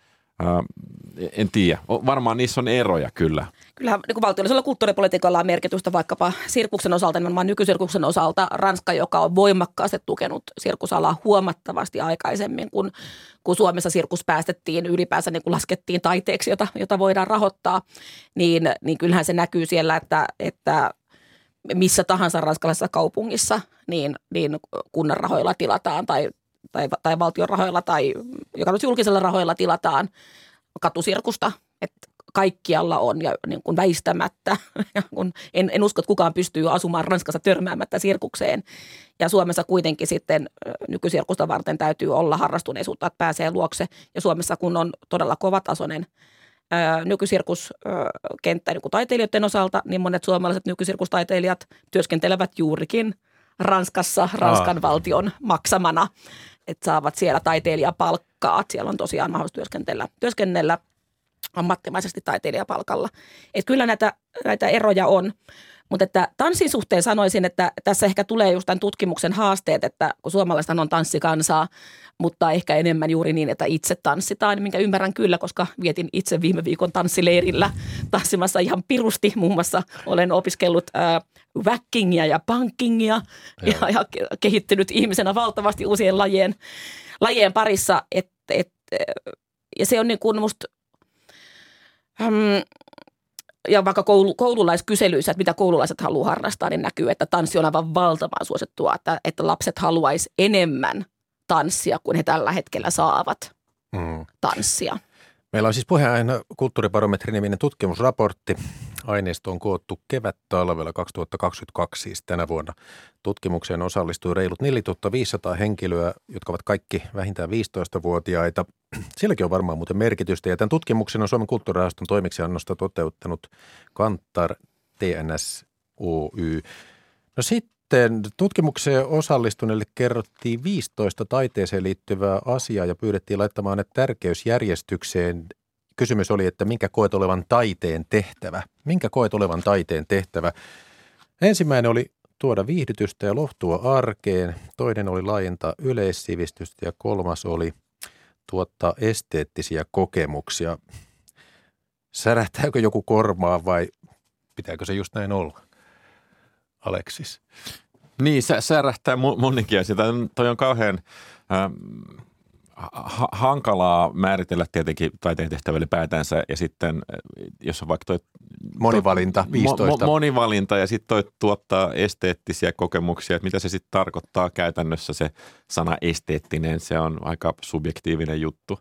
en tiedä. Varmaan niissä on eroja kyllä. Kyllähän niin valtiollisella kulttuuripolitiikalla on merkitystä vaikkapa sirkuksen osalta, nimenomaan nykysirkuksen osalta. Ranska, joka on voimakkaasti tukenut sirkusalaa huomattavasti aikaisemmin, kun Suomessa sirkus päästettiin ylipäänsä niin kun laskettiin taiteeksi, jota voidaan rahoittaa, niin kyllähän se näkyy siellä, että missä tahansa ranskalaisessa kaupungissa niin kunnan rahoilla tilataan tai valtion rahoilla tai joka nyt julkisella rahoilla tilataan katusirkusta, että kaikkialla on ja niin kuin väistämättä. En usko, että kukaan pystyy asumaan Ranskassa törmäämättä sirkukseen. Ja Suomessa kuitenkin sitten nykysirkusta varten täytyy olla harrastuneisuutta, että pääsee luokse. Ja Suomessa kun on todella kovatasoinen nykysirkuskenttä niin kuin taiteilijoiden osalta, niin monet suomalaiset nykysirkustaiteilijat työskentelevät juurikin Ranskassa, Ranskan valtion maksamana, että saavat siellä taiteilijapalkkaa. Siellä on tosiaan mahdollisuus työskennellä ammattimaisesti taiteilijapalkalla. Että kyllä näitä eroja on, Mutta että tanssin suhteen sanoisin, että tässä ehkä tulee just tämän tutkimuksen haasteet, että kun suomalaisethan on tanssikansaa, mutta ehkä enemmän juuri niin, että itse tanssitaan, minkä ymmärrän kyllä, koska vietin itse viime viikon tanssileirillä tanssimassa ihan pirusti. Muun muassa olen opiskellut wackingia ja punkingia ja kehittynyt ihmisenä valtavasti uusien lajien parissa. Ja se on niin kuin musta, ja vaikka koululaiskyselyissä, että mitä koululaiset haluaa harrastaa, niin näkyy, että tanssi on aivan valtavan suosittua, että lapset haluaisi enemmän tanssia, kun he tällä hetkellä saavat tanssia. Meillä on siis puheenaiheena Kulttuuribarometri-niminen tutkimusraportti. Aineisto on koottu kevät-talvella 2022, siis tänä vuonna. Tutkimukseen osallistui reilut 4500 henkilöä, jotka ovat kaikki vähintään 15-vuotiaita. Silläkin on varmaan muuten merkitystä. Ja tämän tutkimuksen on Suomen kulttuurirahaston toimeksiannosta toteuttanut Kantar TNS Oy. No sitten tutkimukseen osallistuneille kerrottiin 15 taiteeseen liittyvää asiaa ja pyydettiin laittamaan ne tärkeysjärjestykseen. Kysymys oli, että minkä koet olevan taiteen tehtävä? Minkä koet olevan taiteen tehtävä? Ensimmäinen oli tuoda viihdytystä ja lohtua arkeen. Toinen oli laajentaa yleissivistystä ja kolmas oli tuottaa esteettisiä kokemuksia. Särähtääkö joku kormaa vai pitääkö se just näin olla? Aleksis. Niin, särähtää moninkin asia. Toi on kauhean hankalaa määritellä tietenkin taiteen tehtävälle päätänsä ja sitten, jos on vaikka toi monivalinta, 15. Monivalinta ja sitten toi tuottaa esteettisiä kokemuksia, että mitä se sitten tarkoittaa käytännössä se sana esteettinen, se on aika subjektiivinen juttu.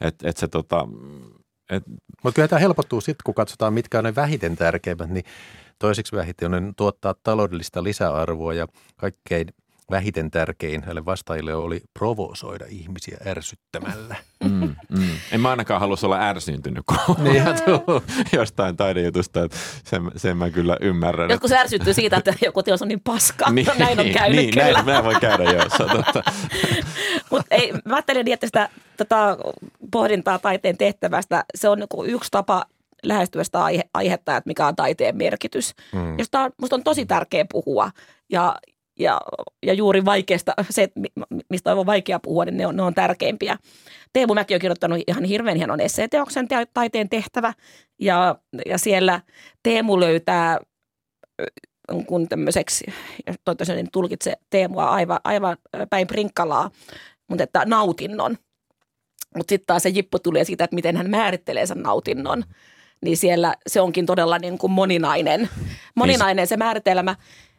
Mutta kyllä tämä helpottuu sitten, kun katsotaan, mitkä on ne vähiten tärkeimmät, niin toiseksi vähiten on tuottaa taloudellista lisäarvoa ja kaikkein vähiten tärkein näille vastaajille oli provosoida ihmisiä ärsyttämällä. En mä ainakaan halus olla ärsyntynyt, kun jostain taidejutusta, että sen mä kyllä ymmärrän. Joskus ärsyttyy siitä, että joku teos on niin paska. Niin, näin on käynyt kyllä. Näin voi käydä jo. Mutta mä ajattelin, että sitä pohdintaa taiteen tehtävästä, se on yksi tapa lähestyä sitä aihetta, että mikä on taiteen merkitys. Josta musta on tosi tärkeä puhua ja juuri vaikeasta, se mistä on vaikea puhua, niin ne on tärkeimpiä. Teemu Mäki on kirjoittanut ihan hirveän hienon esseeteoksen taiteen tehtävä ja siellä Teemu löytää kun tämmöiseksi, toivottavasti tulkitse Teemua aivan päin prinkkalaa, mutta että nautinnon. Mutta sitten taas se Jippo tulee siitä, että miten hän määrittelee sen nautinnon. Niin siellä se onkin todella niin kuin moninainen se määritelmä.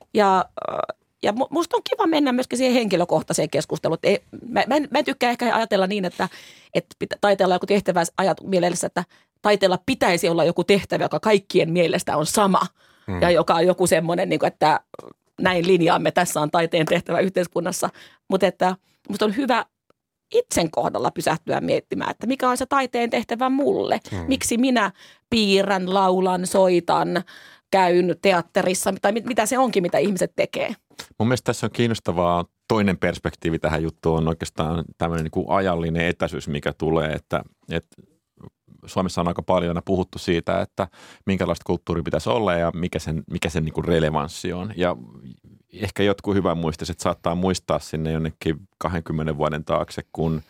Ja musta on kiva mennä myöskin siihen henkilökohtaiseen keskusteluun. Mä en tykkää ehkä ajatella niin, että taiteella on joku tehtävä mielessä, että taiteella pitäisi olla joku tehtävä, joka kaikkien mielestä on sama. Ja joka on joku semmoinen, niin että näin linjaamme, tässä on taiteen tehtävä yhteiskunnassa. Mutta että musta on hyvä itsen kohdalla pysähtyä miettimään, että mikä on se taiteen tehtävä mulle. Miksi minä piirrän, laulan, soitan, käyn teatterissa tai mitä se onkin, mitä ihmiset tekee. Mun mielestä tässä on kiinnostavaa toinen perspektiivi tähän juttuun on oikeastaan tämmöinen niin kuin ajallinen etäisyys, mikä tulee, että Suomessa on aika paljon puhuttu siitä, että minkälaista kulttuuria pitäisi olla ja mikä sen niin kuin relevanssi on. Ja ehkä jotkut hyvän muistiset saattaa muistaa sinne jonnekin 20 vuoden taakse, kun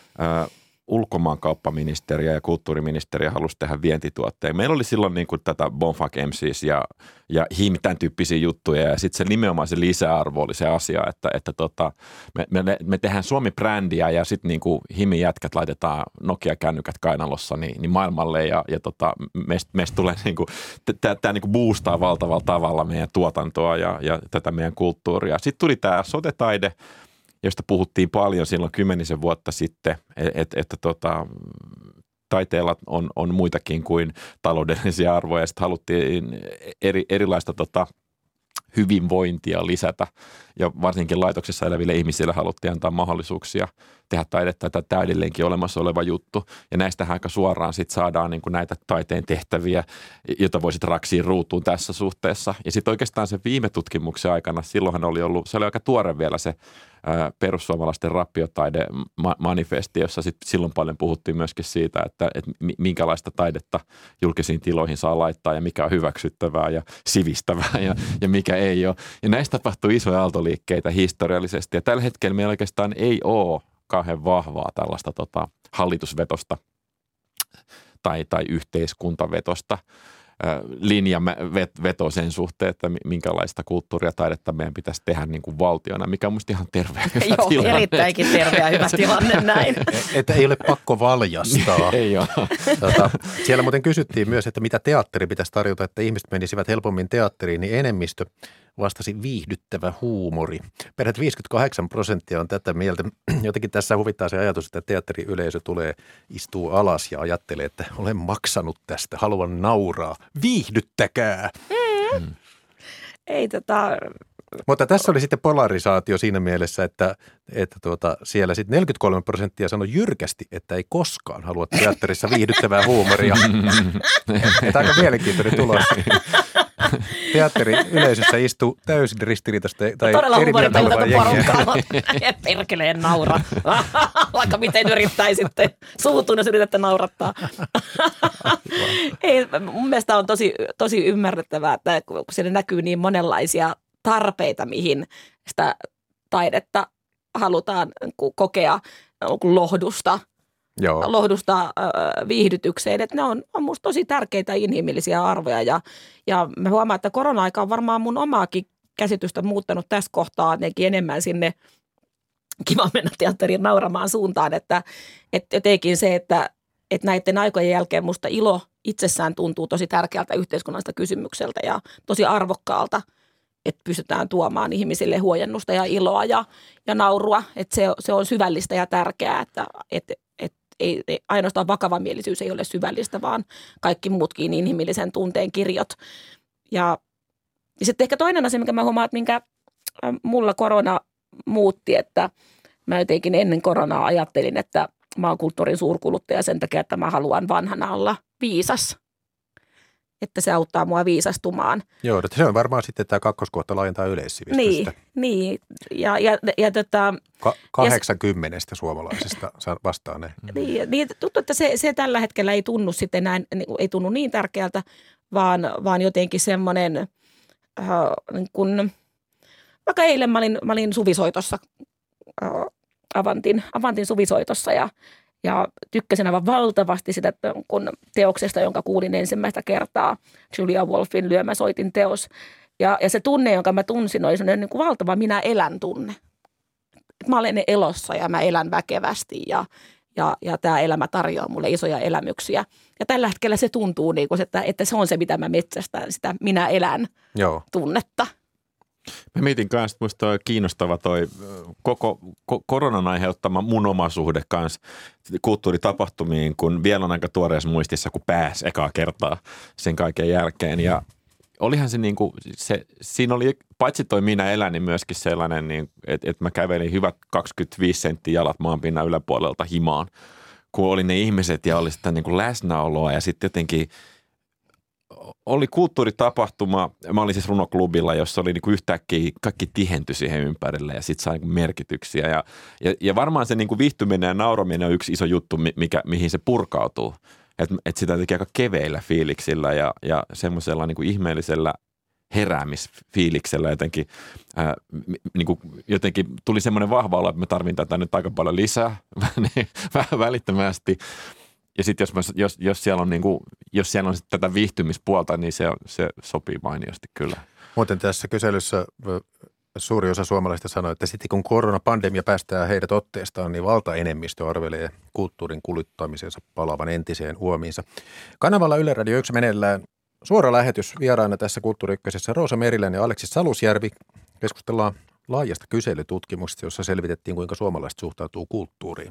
ulkomaankauppaministeriö ja kulttuuriministeriö halusi tehdä vientituotteen. Meillä oli silloin niin kuin tätä Bonfak MCs ja HIM, tämän tyyppisiä juttuja ja sitten se nimenomaan se lisäarvo oli se asia, että me tehdään Suomi-brändiä ja sitten niin kuin HIMin jätkät laitetaan Nokia-kännykät kainalossa niin maailmalle ja meistä tulee niin kuin, tämä niin kuin boostaa valtavalla tavalla meidän tuotantoa ja tätä meidän kulttuuria. Sitten tuli tämä sote-taide, josta puhuttiin paljon silloin 10 vuotta sitten, että taiteella on muitakin kuin taloudellisia arvoja. Sitten haluttiin erilaista hyvinvointia lisätä ja varsinkin laitoksessa eläville ihmisille haluttiin antaa mahdollisuuksia tehdä taidetta, että tämä edelleenkin olemassa oleva juttu. Ja näistähän aika suoraan sit saadaan niin kuin näitä taiteen tehtäviä, joita voisit raksia ruutuun tässä suhteessa. Ja sitten oikeastaan se viime tutkimuksen aikana, silloinhan se oli aika tuore vielä se perussuomalaisten rappiotaide-manifesti, jossa silloin paljon puhuttiin myöskin siitä, että minkälaista taidetta julkisiin tiloihin saa laittaa ja mikä on hyväksyttävää ja sivistävää ja mikä ei ole. Ja näistä tapahtuu isoja aaltoliikkeitä historiallisesti ja tällä hetkellä meillä oikeastaan ei ole kauhean vahvaa tällaista hallitusvetosta tai yhteiskuntavetosta linjaveto sen suhteen, että minkälaista kulttuuria ja taidetta meidän pitäisi tehdä niin kuin valtiona, mikä on musta ihan terve ja hyvä Joo, tilanne. erittäinkin terve ja hyvä tilanne näin. Että ei ole pakko valjastaa. Ei ole. Siellä muuten kysyttiin myös, että mitä teatteri pitäisi tarjota, että ihmiset menisivät helpommin teatteriin, niin enemmistö vastasi viihdyttävä huumori. Perät 58% on tätä mieltä. Jotenkin tässä huvittaa se ajatus, että teatteriyleisö istuu alas ja ajattelee, että olen maksanut tästä, haluan nauraa. Viihdyttäkää! Ei Mutta tässä oli sitten polarisaatio siinä mielessä, että siellä sitten 43% sanoi jyrkästi, että ei koskaan halua teatterissa viihdyttävää huumoria. Tämä on aika mielenkiintoinen tulos. Teatteriyleisössä istuu täysin ristiriitaista tai todella eri mieltä olevaa jengiä. Perkeleen naura. Vaikka miten yrittäisitte. Suutun, jos yritätte naurattaa. Ei, mun mielestä on tosi ymmärrettävää, että kun siellä näkyy niin monenlaisia tarpeita, mihin sitä taidetta halutaan kokea lohdusta. Joo. Lohdusta viihdytykseen, että ne on musta tosi tärkeitä inhimillisiä arvoja ja mä huomaan, että korona-aika on varmaan mun omaakin käsitystä muuttanut tässä kohtaa enemmän sinne kiva mennä teatteriin nauramaan suuntaan, että jotenkin se, että näiden aikojen jälkeen musta ilo itsessään tuntuu tosi tärkeältä yhteiskunnallisesta kysymykseltä ja tosi arvokkaalta, että pystytään tuomaan ihmisille huojennusta ja iloa ja naurua, että se on syvällistä ja tärkeää, että ei ainoastaan vakavamielisyys ei ole syvällistä, vaan kaikki muutkin inhimillisen tunteen kirjot. Ja sitten ehkä toinen asia, mikä mä huomaan, että minkä mulla korona muutti, että mä jotenkin ennen koronaa ajattelin, että mä oon kulttuurin suurkuluttaja sen takia, että mä haluan vanhana olla viisas. Että se auttaa mua viisastumaan. Joo, se on varmaan sitten tämä kakkoskohta laajentaa yleissivistystä. Niin. 80 suomalaisista vastaa ne. Niin, tuntuu, että se tällä hetkellä ei tunnu sitten näin, ei tunnu niin tärkeältä, vaan jotenkin semmoinen, kun vaikka eilen mä olin Suvisoitossa, Avantin Suvisoitossa ja tykkäsin aivan valtavasti sitä kun teoksesta, jonka kuulin ensimmäistä kertaa, Julia Wolfin Lyömäsoitin teos. Ja se tunne, jonka mä tunsin, oli sellainen niin kuin valtava minä elän tunne. Mä olen elossa ja mä elän väkevästi ja tämä elämä tarjoaa mulle isoja elämyksiä. Ja tällä hetkellä se tuntuu, niin kuin, että se on se, mitä mä metsästän, sitä minä elän tunnetta. Mä mietin kanssa, että musta on kiinnostava toi koko koronan aiheuttama mun oma suhde kanssa kulttuuritapahtumiin, kun vielä on aika tuoreessa muistissa, kun pääsi ekaa kertaa sen kaiken jälkeen. Ja olihan se niin kuin, siinä oli paitsi toi minä elän, niin myöskin sellainen, niin, että mä kävelin hyvät 25 senttiä jalat maanpinnan yläpuolelta himaan, kun oli ne ihmiset ja oli sitä niin kuin läsnäoloa ja sitten jotenkin oli kulttuuritapahtuma, mä olin siis runoklubilla, jossa oli niinku yhtäkkiä kaikki tihentyi siihen ympärille ja sitten sai niinku merkityksiä. Ja varmaan se niinku viihtyminen ja nauraminen on yksi iso juttu, mihin se purkautuu. Että sitä teki aika keveillä fiiliksillä ja semmoisella niinku ihmeellisellä heräämisfiiliksellä jotenkin, niinku, jotenkin tuli semmoinen vahva olo, että mä tarvin tätä nyt aika paljon lisää välittömästi. Ja sitten jos siellä on niinku, jos siellä on tätä viihtymispuolta, niin se sopii mainiosti kyllä. Muuten tässä kyselyssä suuri osa suomalaisista sanoi, että sitten kun koronapandemia päästää heidät otteestaan, niin valtaenemmistö arvelee kulttuurin kuluttamisensa palaavan entiseen uomiinsa. Kanavalla Yle Radio 1 meneillään suora lähetys, vieraana tässä Kulttuuri Ykkösessä Roosa Merilän ja Aleksis Salusjärvi. Keskustellaan laajasta kyselytutkimuksesta, jossa selvitettiin, kuinka suomalaiset suhtautuu kulttuuriin.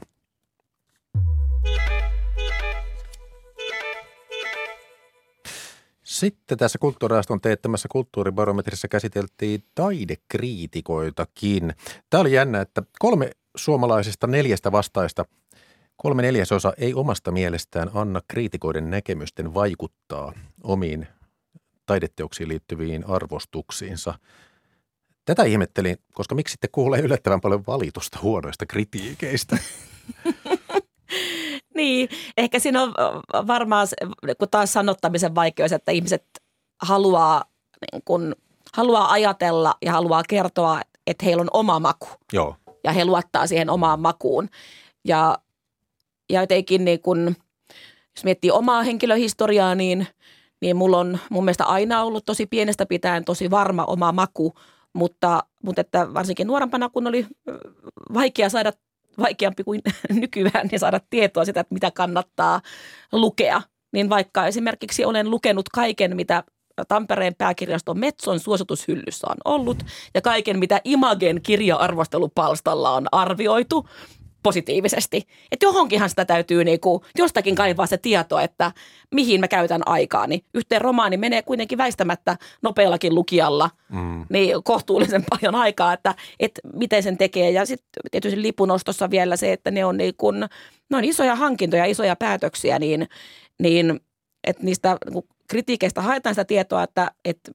Sitten tässä Kulttuurirahaston teettämässä kulttuuribarometrissa käsiteltiin taidekriitikoitakin. Tämä oli jännä, että 3 suomalaisista 4 vastaajasta 3/4 ei omasta mielestään anna kriitikoiden näkemysten vaikuttaa omiin taideteoksiin liittyviin arvostuksiinsa. Tätä ihmettelin, koska miksi sitten kuulee yllättävän paljon valitusta huonoista kritiikeistä? Niin, ehkä siinä on varmaan, kun taas sanottamisen vaikeus, että ihmiset haluaa ajatella ja haluaa kertoa, että heillä on oma maku. Joo. Ja he luottaa siihen omaan makuun. Ja jotenkin niin kun, jos miettii omaa henkilöhistoriaa, niin mulla on mun mielestä aina ollut tosi pienestä pitäen tosi varma oma maku, mutta että varsinkin nuorempana, kun oli vaikeampi kuin nykyään, niin saada tietoa sitä, että mitä kannattaa lukea. Niin vaikka esimerkiksi olen lukenut kaiken, mitä Tampereen pääkirjaston Metson suositushyllyssä on ollut ja kaiken, mitä Imagen kirja-arvostelupalstalla on arvioitu positiivisesti. Että johonkinhan sitä täytyy niinku jostakin kaivaa se tieto, että mihin mä käytän aikaa. Niin yhteen romaani menee kuitenkin väistämättä nopeallakin lukijalla niin kohtuullisen paljon aikaa, että miten sen tekee. Ja sitten tietysti lipunostossa vielä se, että ne on isoja hankintoja, isoja päätöksiä, niin että niistä kritiikeistä haetaan sitä tietoa, että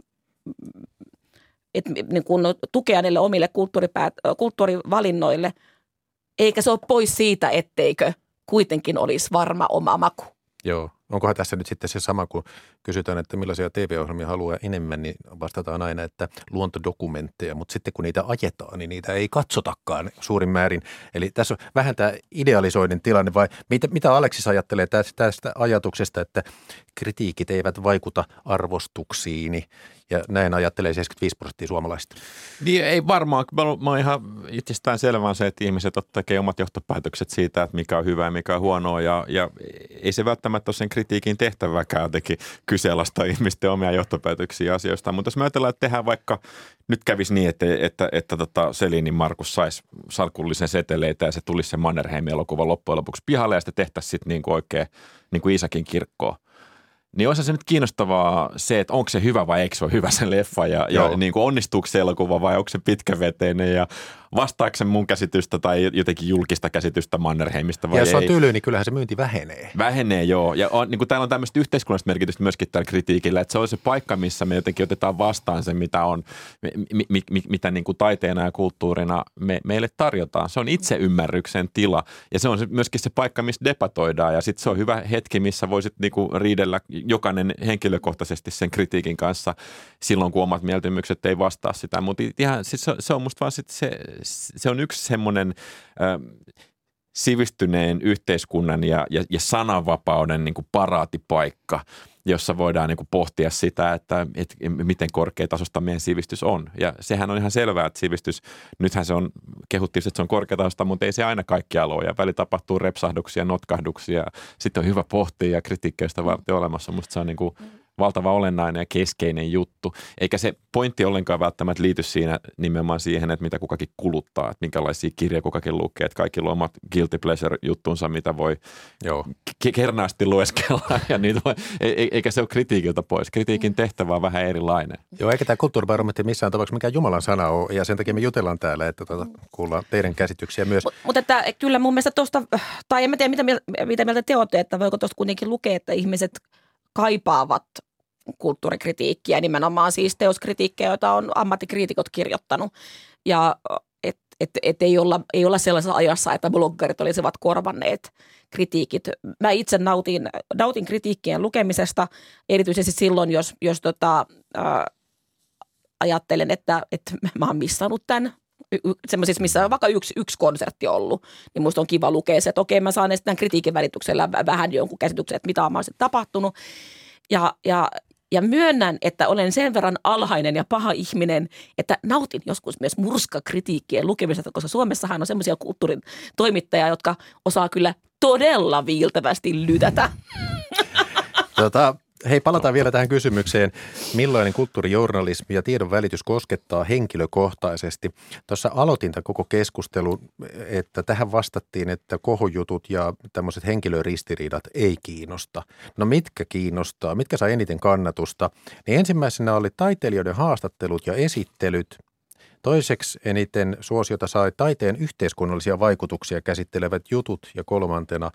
niin kun tukea niille omille kulttuurivalinnoille, eikä se ole pois siitä, etteikö kuitenkin olisi varma oma maku. Joo. Onkohan tässä nyt sitten se sama, kun kysytään, että millaisia TV-ohjelmia haluaa enemmän, niin vastataan aina, että luontodokumentteja, mutta sitten kun niitä ajetaan, niin niitä ei katsotakaan suurin määrin. Eli tässä on vähän tämä idealisoinnin tilanne, vai mitä Aleksis ajattelee tästä ajatuksesta, että kritiikit eivät vaikuta arvostuksiini, ja näin ajattelee 75% suomalaisista? Niin ei varmaan. Mä oon ihan itsestään selvää se, että ihmiset tekee omat johtopäätökset siitä, että mikä on hyvä ja mikä on huonoa, ja ei se välttämättä ole sen kritiikin tehtäväkään jotenkin kyseenalaistaa ihmisten omia johtopäätöksiä asioista. Mutta jos me ajatellaan, että tehdään vaikka, nyt kävisi niin, että Selinin Markus saisi salkullisen seteleitä ja se tulisi se Mannerheim-elokuva loppujen lopuksi pihalle ja sitten tehtäisiin sitten niin kuin oikein niin kuin Iisakin kirkkoon. Niin olisi se nyt kiinnostavaa se, että onko se hyvä vai eikö se ole hyvä se leffa ja niin kuin onnistuuko se elokuva vai onko se pitkäveteinen ja vastaako se mun käsitystä tai jotenkin julkista käsitystä Mannerheimista vai ei. Ja jos on tyly, niin kyllähän se myynti vähenee. Vähenee, joo. Ja niin kuin täällä on tämmöistä yhteiskunnallista merkitystä myöskin tällä kritiikillä, että se on se paikka, missä me jotenkin otetaan vastaan se, mitä on, mitä niin kuin taiteena ja kulttuurina meille tarjotaan. Se on itseymmärryksen tila ja se on myöskin se paikka, missä debatoidaan ja sitten se on hyvä hetki, missä voisit niin kuin riidellä jokainen henkilökohtaisesti sen kritiikin kanssa silloin, kun omat mieltymykset ei vastaa sitä. Mutta ihan se on musta vaan sitten se on yksi semmoinen sivistyneen yhteiskunnan ja sananvapauden niin kuin paraatipaikka, jossa voidaan niin kuin pohtia sitä, että miten korkeatasosta meidän sivistys on. Ja sehän on ihan selvää, että sivistys, nythän se on kehuttiin, että se on korkeatasosta, mutta ei se aina kaikkialla ole. Ja väli tapahtuu repsahduksia, notkahduksia. Sitten on hyvä pohtia ja kritiikkeistä varten olemassa. Musta se on niin kuin valtava olennainen ja keskeinen juttu. Eikä se pointti ollenkaan välttämättä liity siinä nimenomaan siihen, että mitä kukakin kuluttaa, että minkälaisia kirjoja kukakin lukee, että kaikilla on omat guilty pleasure-juttunsa, mitä voi kernaasti lueskella. Ja niitä voi, eikä se ole kritiikiltä pois. Kritiikin tehtävä on vähän erilainen. Joo, eikä tämä kulttuuribarometri missään tapauksessa mikään Jumalan sana ole, ja sen takia me jutellaan täällä, että kuullaan teidän käsityksiä myös. Mutta että kyllä mun mielestä tuosta, tai en mä tiedä mitä mieltä te olette, että voiko tuosta kuitenkin lukea, että ihmiset kaipaavat kulttuurikritiikkiä, nimenomaan siis teoskritiikkiä, joita on ammattikriitikot kirjoittanut. Ja et ei olla sellaisessa ajassa, että bloggarit olisivat korvanneet kritiikit. Mä itse nautin kritiikkien lukemisesta, erityisesti silloin, jos ajattelen, että mä oon missannut tämän. Semmoisissa, missä on vaikka yksi konsertti ollut, niin musta on kiva lukea se, että okei, mä saan tämän kritiikin välityksellä vähän jonkun käsityksen, että mitä on mahdollisesti tapahtunut. Ja myönnän, että olen sen verran alhainen ja paha ihminen, että nautin joskus myös murskakritiikkien lukemisesta, koska Suomessahan on semmoisia kulttuurin toimittajia, jotka osaa kyllä todella viiltävästi lytätä. Hei, palataan vielä tähän kysymykseen. Millainen kulttuurijournalismi ja tiedon välitys koskettaa henkilökohtaisesti? Tuossa aloitin tämän koko keskustelun, että tähän vastattiin, että kohojutut ja tämmöiset henkilöristiriidat ei kiinnosta. No mitkä kiinnostaa? Mitkä saa eniten kannatusta? Niin ensimmäisenä oli taiteilijoiden haastattelut ja esittelyt. Toiseksi eniten suosiota sai taiteen yhteiskunnallisia vaikutuksia käsittelevät jutut ja kolmantena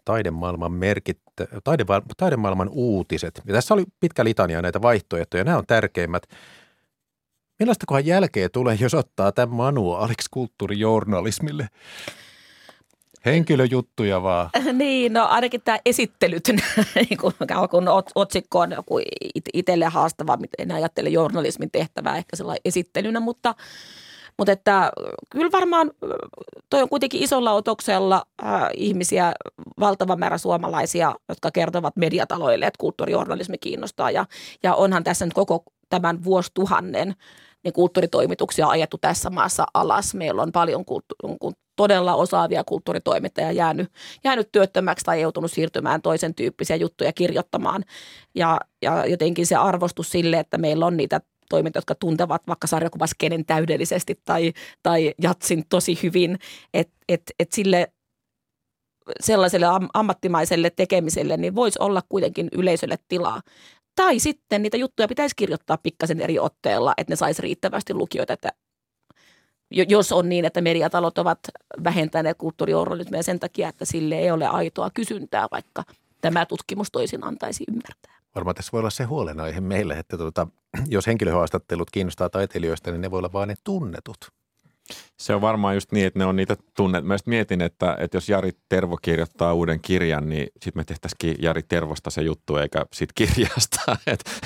taidemaailman uutiset. Ja tässä oli pitkä litania näitä vaihtoehtoja. Nämä on tärkeimmät. Millaistakohan jälkeä tulee, jos ottaa tämän manuaaliksi kulttuurijournalismille? Henkilöjuttuja vaan. Niin, no ainakin tämä esittelyt, kun otsikko on joku itselle haastava, en ajattele journalismin tehtävää ehkä sellainen esittelynä, mutta että kyllä varmaan toi on kuitenkin isolla otoksella ihmisiä, valtava määrä suomalaisia, jotka kertovat mediataloille, että kulttuurijournalismi kiinnostaa ja onhan tässä nyt koko tämän vuosituhannen niin kulttuuritoimituksia ajettu tässä maassa alas. Meillä on paljon todella osaavia kulttuuritoimittajia jäänyt työttömäksi tai joutunut siirtymään toisen tyyppisiä juttuja kirjoittamaan. Ja jotenkin se arvostus sille, että meillä on niitä toimintoja, jotka tuntevat vaikka sarjakuvaskenen täydellisesti tai jatsin tosi hyvin, että sille sellaiselle ammattimaiselle tekemiselle niin voisi olla kuitenkin yleisölle tilaa. Tai sitten niitä juttuja pitäisi kirjoittaa pikkasen eri otteella, että ne saisi riittävästi lukijoita, että jos on niin, että mediatalot ovat vähentäneet kulttuurijournalismia sen takia, että sille ei ole aitoa kysyntää, vaikka tämä tutkimus toisin antaisi ymmärtää. Varmaan tässä voi olla se huolenaihe meille, että jos henkilöhaastattelut kiinnostaa taiteilijoista, niin ne voi olla vain ne tunnetut. Se on varmaan just niin, että ne on niitä tunnet. Mä mietin, että jos Jari Tervo kirjoittaa uuden kirjan, niin sitten me tehtäisikin Jari Tervosta se juttu eikä siitä kirjasta.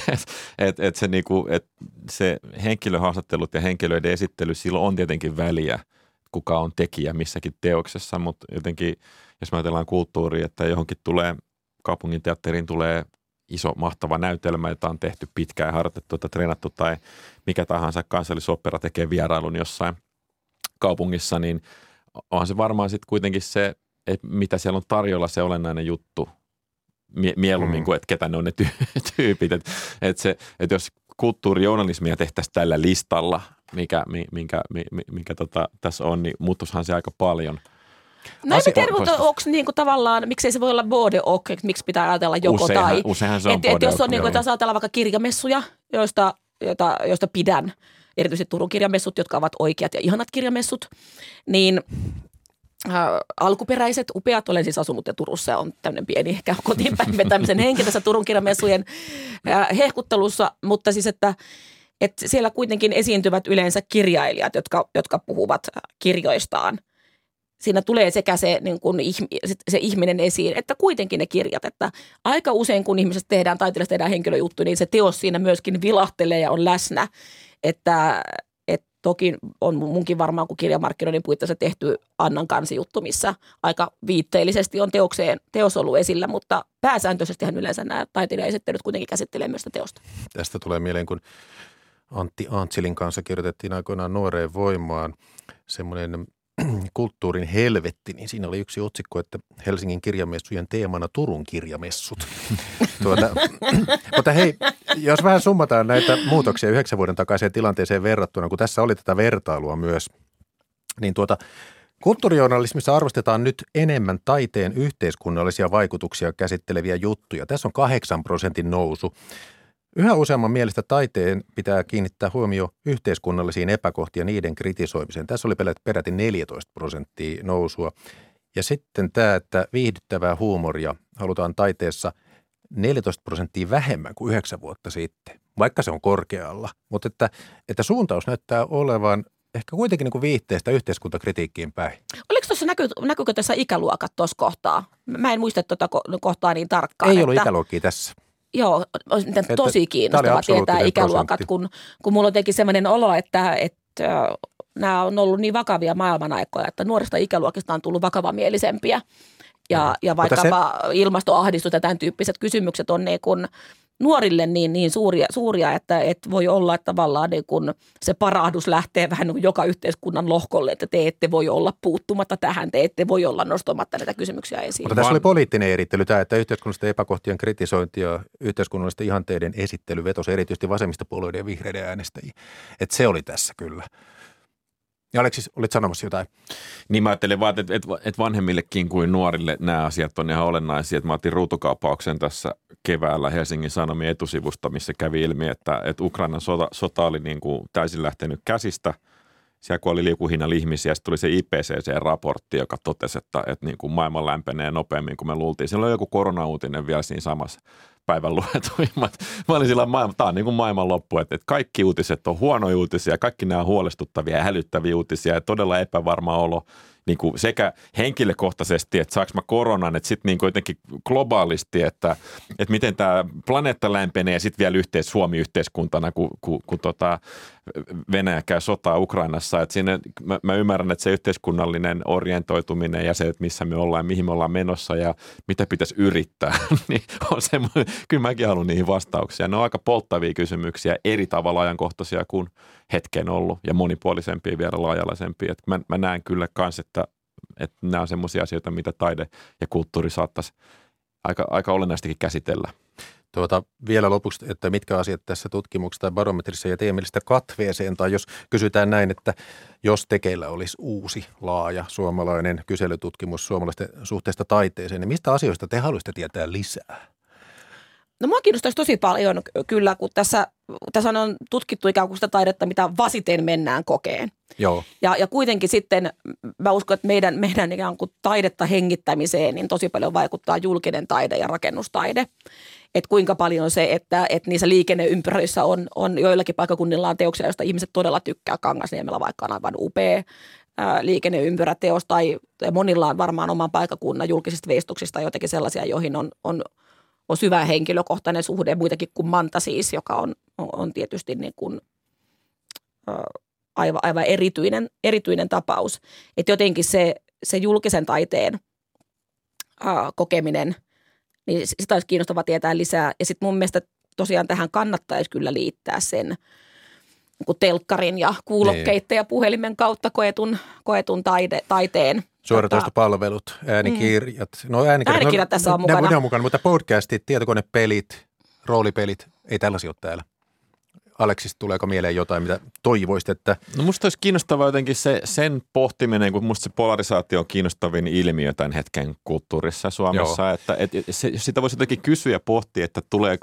Se henkilöhaastattelut ja henkilöiden esittely, silloin on tietenkin väliä, kuka on tekijä missäkin teoksessa, mutta jotenkin, jos me ajatellaan kulttuuria, että johonkin tulee, kaupunginteatteriin tulee iso mahtava näytelmä, jota on tehty pitkään, harjoitettu tai treenattu tai mikä tahansa Kansallisopera tekee vierailun jossain kaupungissa, niin onhan se varmaan sitten kuitenkin se, että mitä siellä on tarjolla, se olennainen juttu mieluummin kuin, että ketä ne on ne tyypit. Että jos kulttuurijournalismia tehtäisiin tällä listalla, mikä tässä on, niin muuttuisihan se aika paljon. No en tiedä, mutta onko niinku tavallaan, miksei se voi olla bode ok, miksi pitää ajatella joko tai. Useinhan se on et jos on niinku, että ajatellaan vaikka kirjamessuja, joista pidän, erityisesti Turun kirjamessut, jotka ovat oikeat ja ihanat kirjamessut, niin alkuperäiset, upeat, olen siis asunut ja Turussa on tämmöinen pieni ehkä kotiinpäin vetämisen henki tässä Turun kirjamessujen hehkuttelussa, mutta siis, että siellä kuitenkin esiintyvät yleensä kirjailijat, jotka puhuvat kirjoistaan. Siinä tulee sekä se ihminen esiin, että kuitenkin ne kirjat, että aika usein kun ihmisestä taiteilijasta tehdään henkilöjuttu, niin se teos siinä myöskin vilahtelee ja on läsnä, että toki on munkin varmaan, kun kirjamarkkinoinnin puitteissa tehty Annan kansijuttu, missä aika viitteellisesti on teos ollut esillä, mutta pääsääntöisestihän yleensä nämä taiteilijaesittelyt kuitenkin käsittelee myös sitä teosta. Tästä tulee mieleen, kun Antti Antsilin kanssa kirjoitettiin aikoinaan Nuoreen voimaan semmoinen kulttuurin helvetti, niin siinä oli yksi otsikko, että Helsingin kirjamessujen teemana Turun kirjamessut. Mutta hei, jos vähän summataan näitä muutoksia 9 vuoden takaiseen tilanteeseen verrattuna, kun tässä oli tätä vertailua myös, niin kulttuurijournalismissa arvostetaan nyt enemmän taiteen yhteiskunnallisia vaikutuksia käsitteleviä juttuja. Tässä on 8% nousu. Yhä useamman mielestä taiteen pitää kiinnittää huomio yhteiskunnallisiin epäkohtiin ja niiden kritisoimiseen. Tässä oli peräti 14% nousua. Ja sitten tämä, että viihdyttävää huumoria halutaan taiteessa 14% vähemmän kuin 9 vuotta sitten, vaikka se on korkealla. Mutta että suuntaus näyttää olevan ehkä kuitenkin niin kuin viihteestä yhteiskuntakritiikkiin päin. Oliko tuossa, näkyykö tässä ikäluokat tuossa kohtaa? Mä en muista tuota kohtaa niin tarkkaan. Ei ollut ikäluokkia tässä. Joo, olisi tosi kiinnostavaa tietää ikäluokat, kun mulla on jotenkin sellainen olo, että nämä on ollut niin vakavia maailmanaikoja, että nuorista ikäluokista on tullut vakavamielisempiä. Ja vaikkapa ilmastoahdistus ja tämän tyyppiset kysymykset on niin kuin nuorille niin suuria, että voi olla, että tavallaan niin kuin se parahdus lähtee vähän niin joka yhteiskunnan lohkolle, että te ette voi olla puuttumatta tähän, te ette voi olla nostamatta näitä kysymyksiä esiin. Mutta tässä oli poliittinen erittely tämä, että yhteiskunnallisten epäkohtien kritisointi ja yhteiskunnallisten ihanteiden esittely vetosi erityisesti vasemmistopuolueiden ja vihreiden äänestäjiä. Että se oli tässä kyllä. Ja Aleksis, olit sanomassa jotain? Niin mä ajattelin vaan, että vanhemmillekin kuin nuorille nämä asiat on ihan olennaisia. Että mä otin ruutukaupauksen tässä keväällä Helsingin Sanomien etusivusta, missä kävi ilmi, että Ukrainan sota oli niin kuin täysin lähtenyt käsistä. siellä kun oli liukuhinnalla ihmisiä, sitten tuli se IPCC-raportti, joka totesi, että niin kuin maailman lämpenee nopeammin kuin me luultiin. Siellä oli joku koronauutinen vielä siinä samassa päivän luetuimmat. Mä olin sillä tämä on niin kuin maailman loppu, että kaikki uutiset on huonoja uutisia, kaikki nämä huolestuttavia ja hälyttäviä uutisia ja todella epävarma olo. Niin kuin sekä henkilökohtaisesti, että saanko mä koronan, että sitten niin jotenkin globaalisti, että miten tämä planeetta lämpenee ja sitten vielä Suomi-yhteiskuntana, kun Venäjä käy sotaa Ukrainassa. Että siinä, mä ymmärrän, että se yhteiskunnallinen orientoituminen ja se, että missä me ollaan, mihin me ollaan menossa ja mitä pitäisi yrittää, niin on semmoinen, kyllä mäkin haluan niihin vastauksia. Ne on aika polttavia kysymyksiä, eri tavalla ajankohtaisia kuin hetken ollut ja monipuolisempia, vielä laaja-alaisempia. Mä näen kyllä kans, että nämä on semmoisia asioita, mitä taide ja kulttuuri saattaisi aika olennaistakin käsitellä. Vielä lopuksi, että mitkä asiat tässä tutkimuksessa tai barometrissa ja teidän mielestä katveeseen, tai jos kysytään näin, että jos tekeillä olisi uusi laaja suomalainen kyselytutkimus suomalaisten suhteesta taiteeseen, niin mistä asioista te haluaisitte tietää lisää? No mua kiinnostaisi tosi paljon kyllä, kun tässä on tutkittu ikään kuin sitä taidetta, mitä vasiten mennään kokeen. Joo. Ja kuitenkin sitten mä uskon, että meidän ikään kuin taidetta hengittämiseen niin tosi paljon vaikuttaa julkinen taide ja rakennustaide. Että kuinka paljon se, että niissä liikenneympyröissä on joillakin paikkakunnilla on teoksia, joista ihmiset todella tykkää. Kangasniemellä vaikka on aivan upea liikenneympyräteos tai monilla on varmaan oman paikkakunnan julkisista veistoksista jotenkin sellaisia, joihin on syvä henkilökohtainen suhde, muitakin kuin Manta siis, joka on tietysti niin kuin, aivan erityinen tapaus. Että jotenkin se julkisen taiteen kokeminen, niin sitä olisi kiinnostavaa tietää lisää. Ja sitten mun mielestä tosiaan tähän kannattaisi kyllä liittää sen niin telkkarin ja kuulokkeitten ja puhelimen kautta koetun taiteen. Suoratoistopalvelut, äänikirjat. No äänikirjat tässä on mukana. Ne on mukana, mutta podcastit, tietokonepelit, roolipelit, ei tällaisia ole täällä. Aleksista tuleeko mieleen jotain, mitä toivoisit, että... No musta olisi kiinnostavaa jotenkin sen pohtiminen, kun musta se polarisaatio on kiinnostavin ilmiö tämän hetken kulttuurissa Suomessa. Joo. Että sitä voisi jotenkin kysyä ja pohtia, että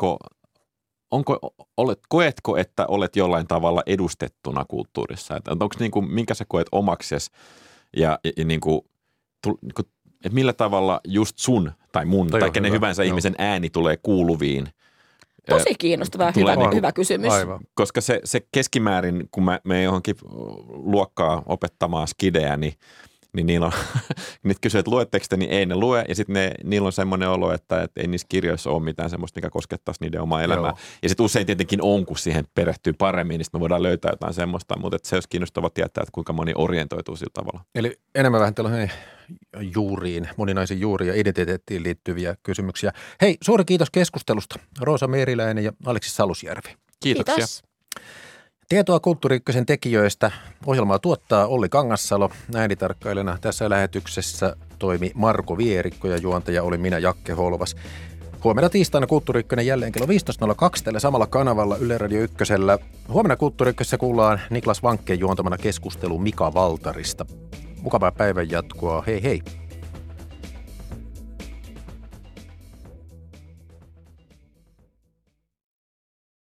koetko, että olet jollain tavalla edustettuna kulttuurissa? Että onko niin kuin, minkä sä koet omaksesi ja niin kuin, että millä tavalla just sun tai mun tai kenen hyvänsä ihmisen ääni tulee kuuluviin? Tosi kiinnostava ja hyvä kysymys. Aivan. Koska se keskimäärin, kun me johonkin luokkaa opettamaan skideä, niin niillä on, niitä kysyy, että luetteko te, niin ei ne lue. Ja sitten niillä on semmoinen olo, että ei niissä kirjoissa ole mitään semmoista, mikä koskettaisi niiden omaa elämää. Joo. Ja sitten usein tietenkin on, kun siihen perehtyy paremmin, niin sitten me voidaan löytää jotain semmoista. Mutta se olisi kiinnostava tietää, että kuinka moni orientoituu sillä tavalla. Eli enemmän vähän tällainen moninaisiin juuriin ja identiteettiin liittyviä kysymyksiä. Hei, suuri kiitos keskustelusta. Roosa Meeriläinen ja Aleksis Salusjärvi. Kiitoksia. Kiitos. Tietoa Kulttuuri Ykkösen tekijöistä ohjelmaa tuottaa Olli Kangassalo. Äänitarkkailijana tässä lähetyksessä toimi Marko Vierikko ja juontaja oli minä, Jakke Holvas. Huomenna tiistaina Kulttuuri Ykkönen jälleen kello 15.02 tällä samalla kanavalla Yle Radio Ykkösellä. Huomenna Kulttuuri Ykkösessä kuullaan Niklas Vankkeen juontamana keskustelu Mika Valtarista. Mukavaa päivän jatkoa. Hei hei.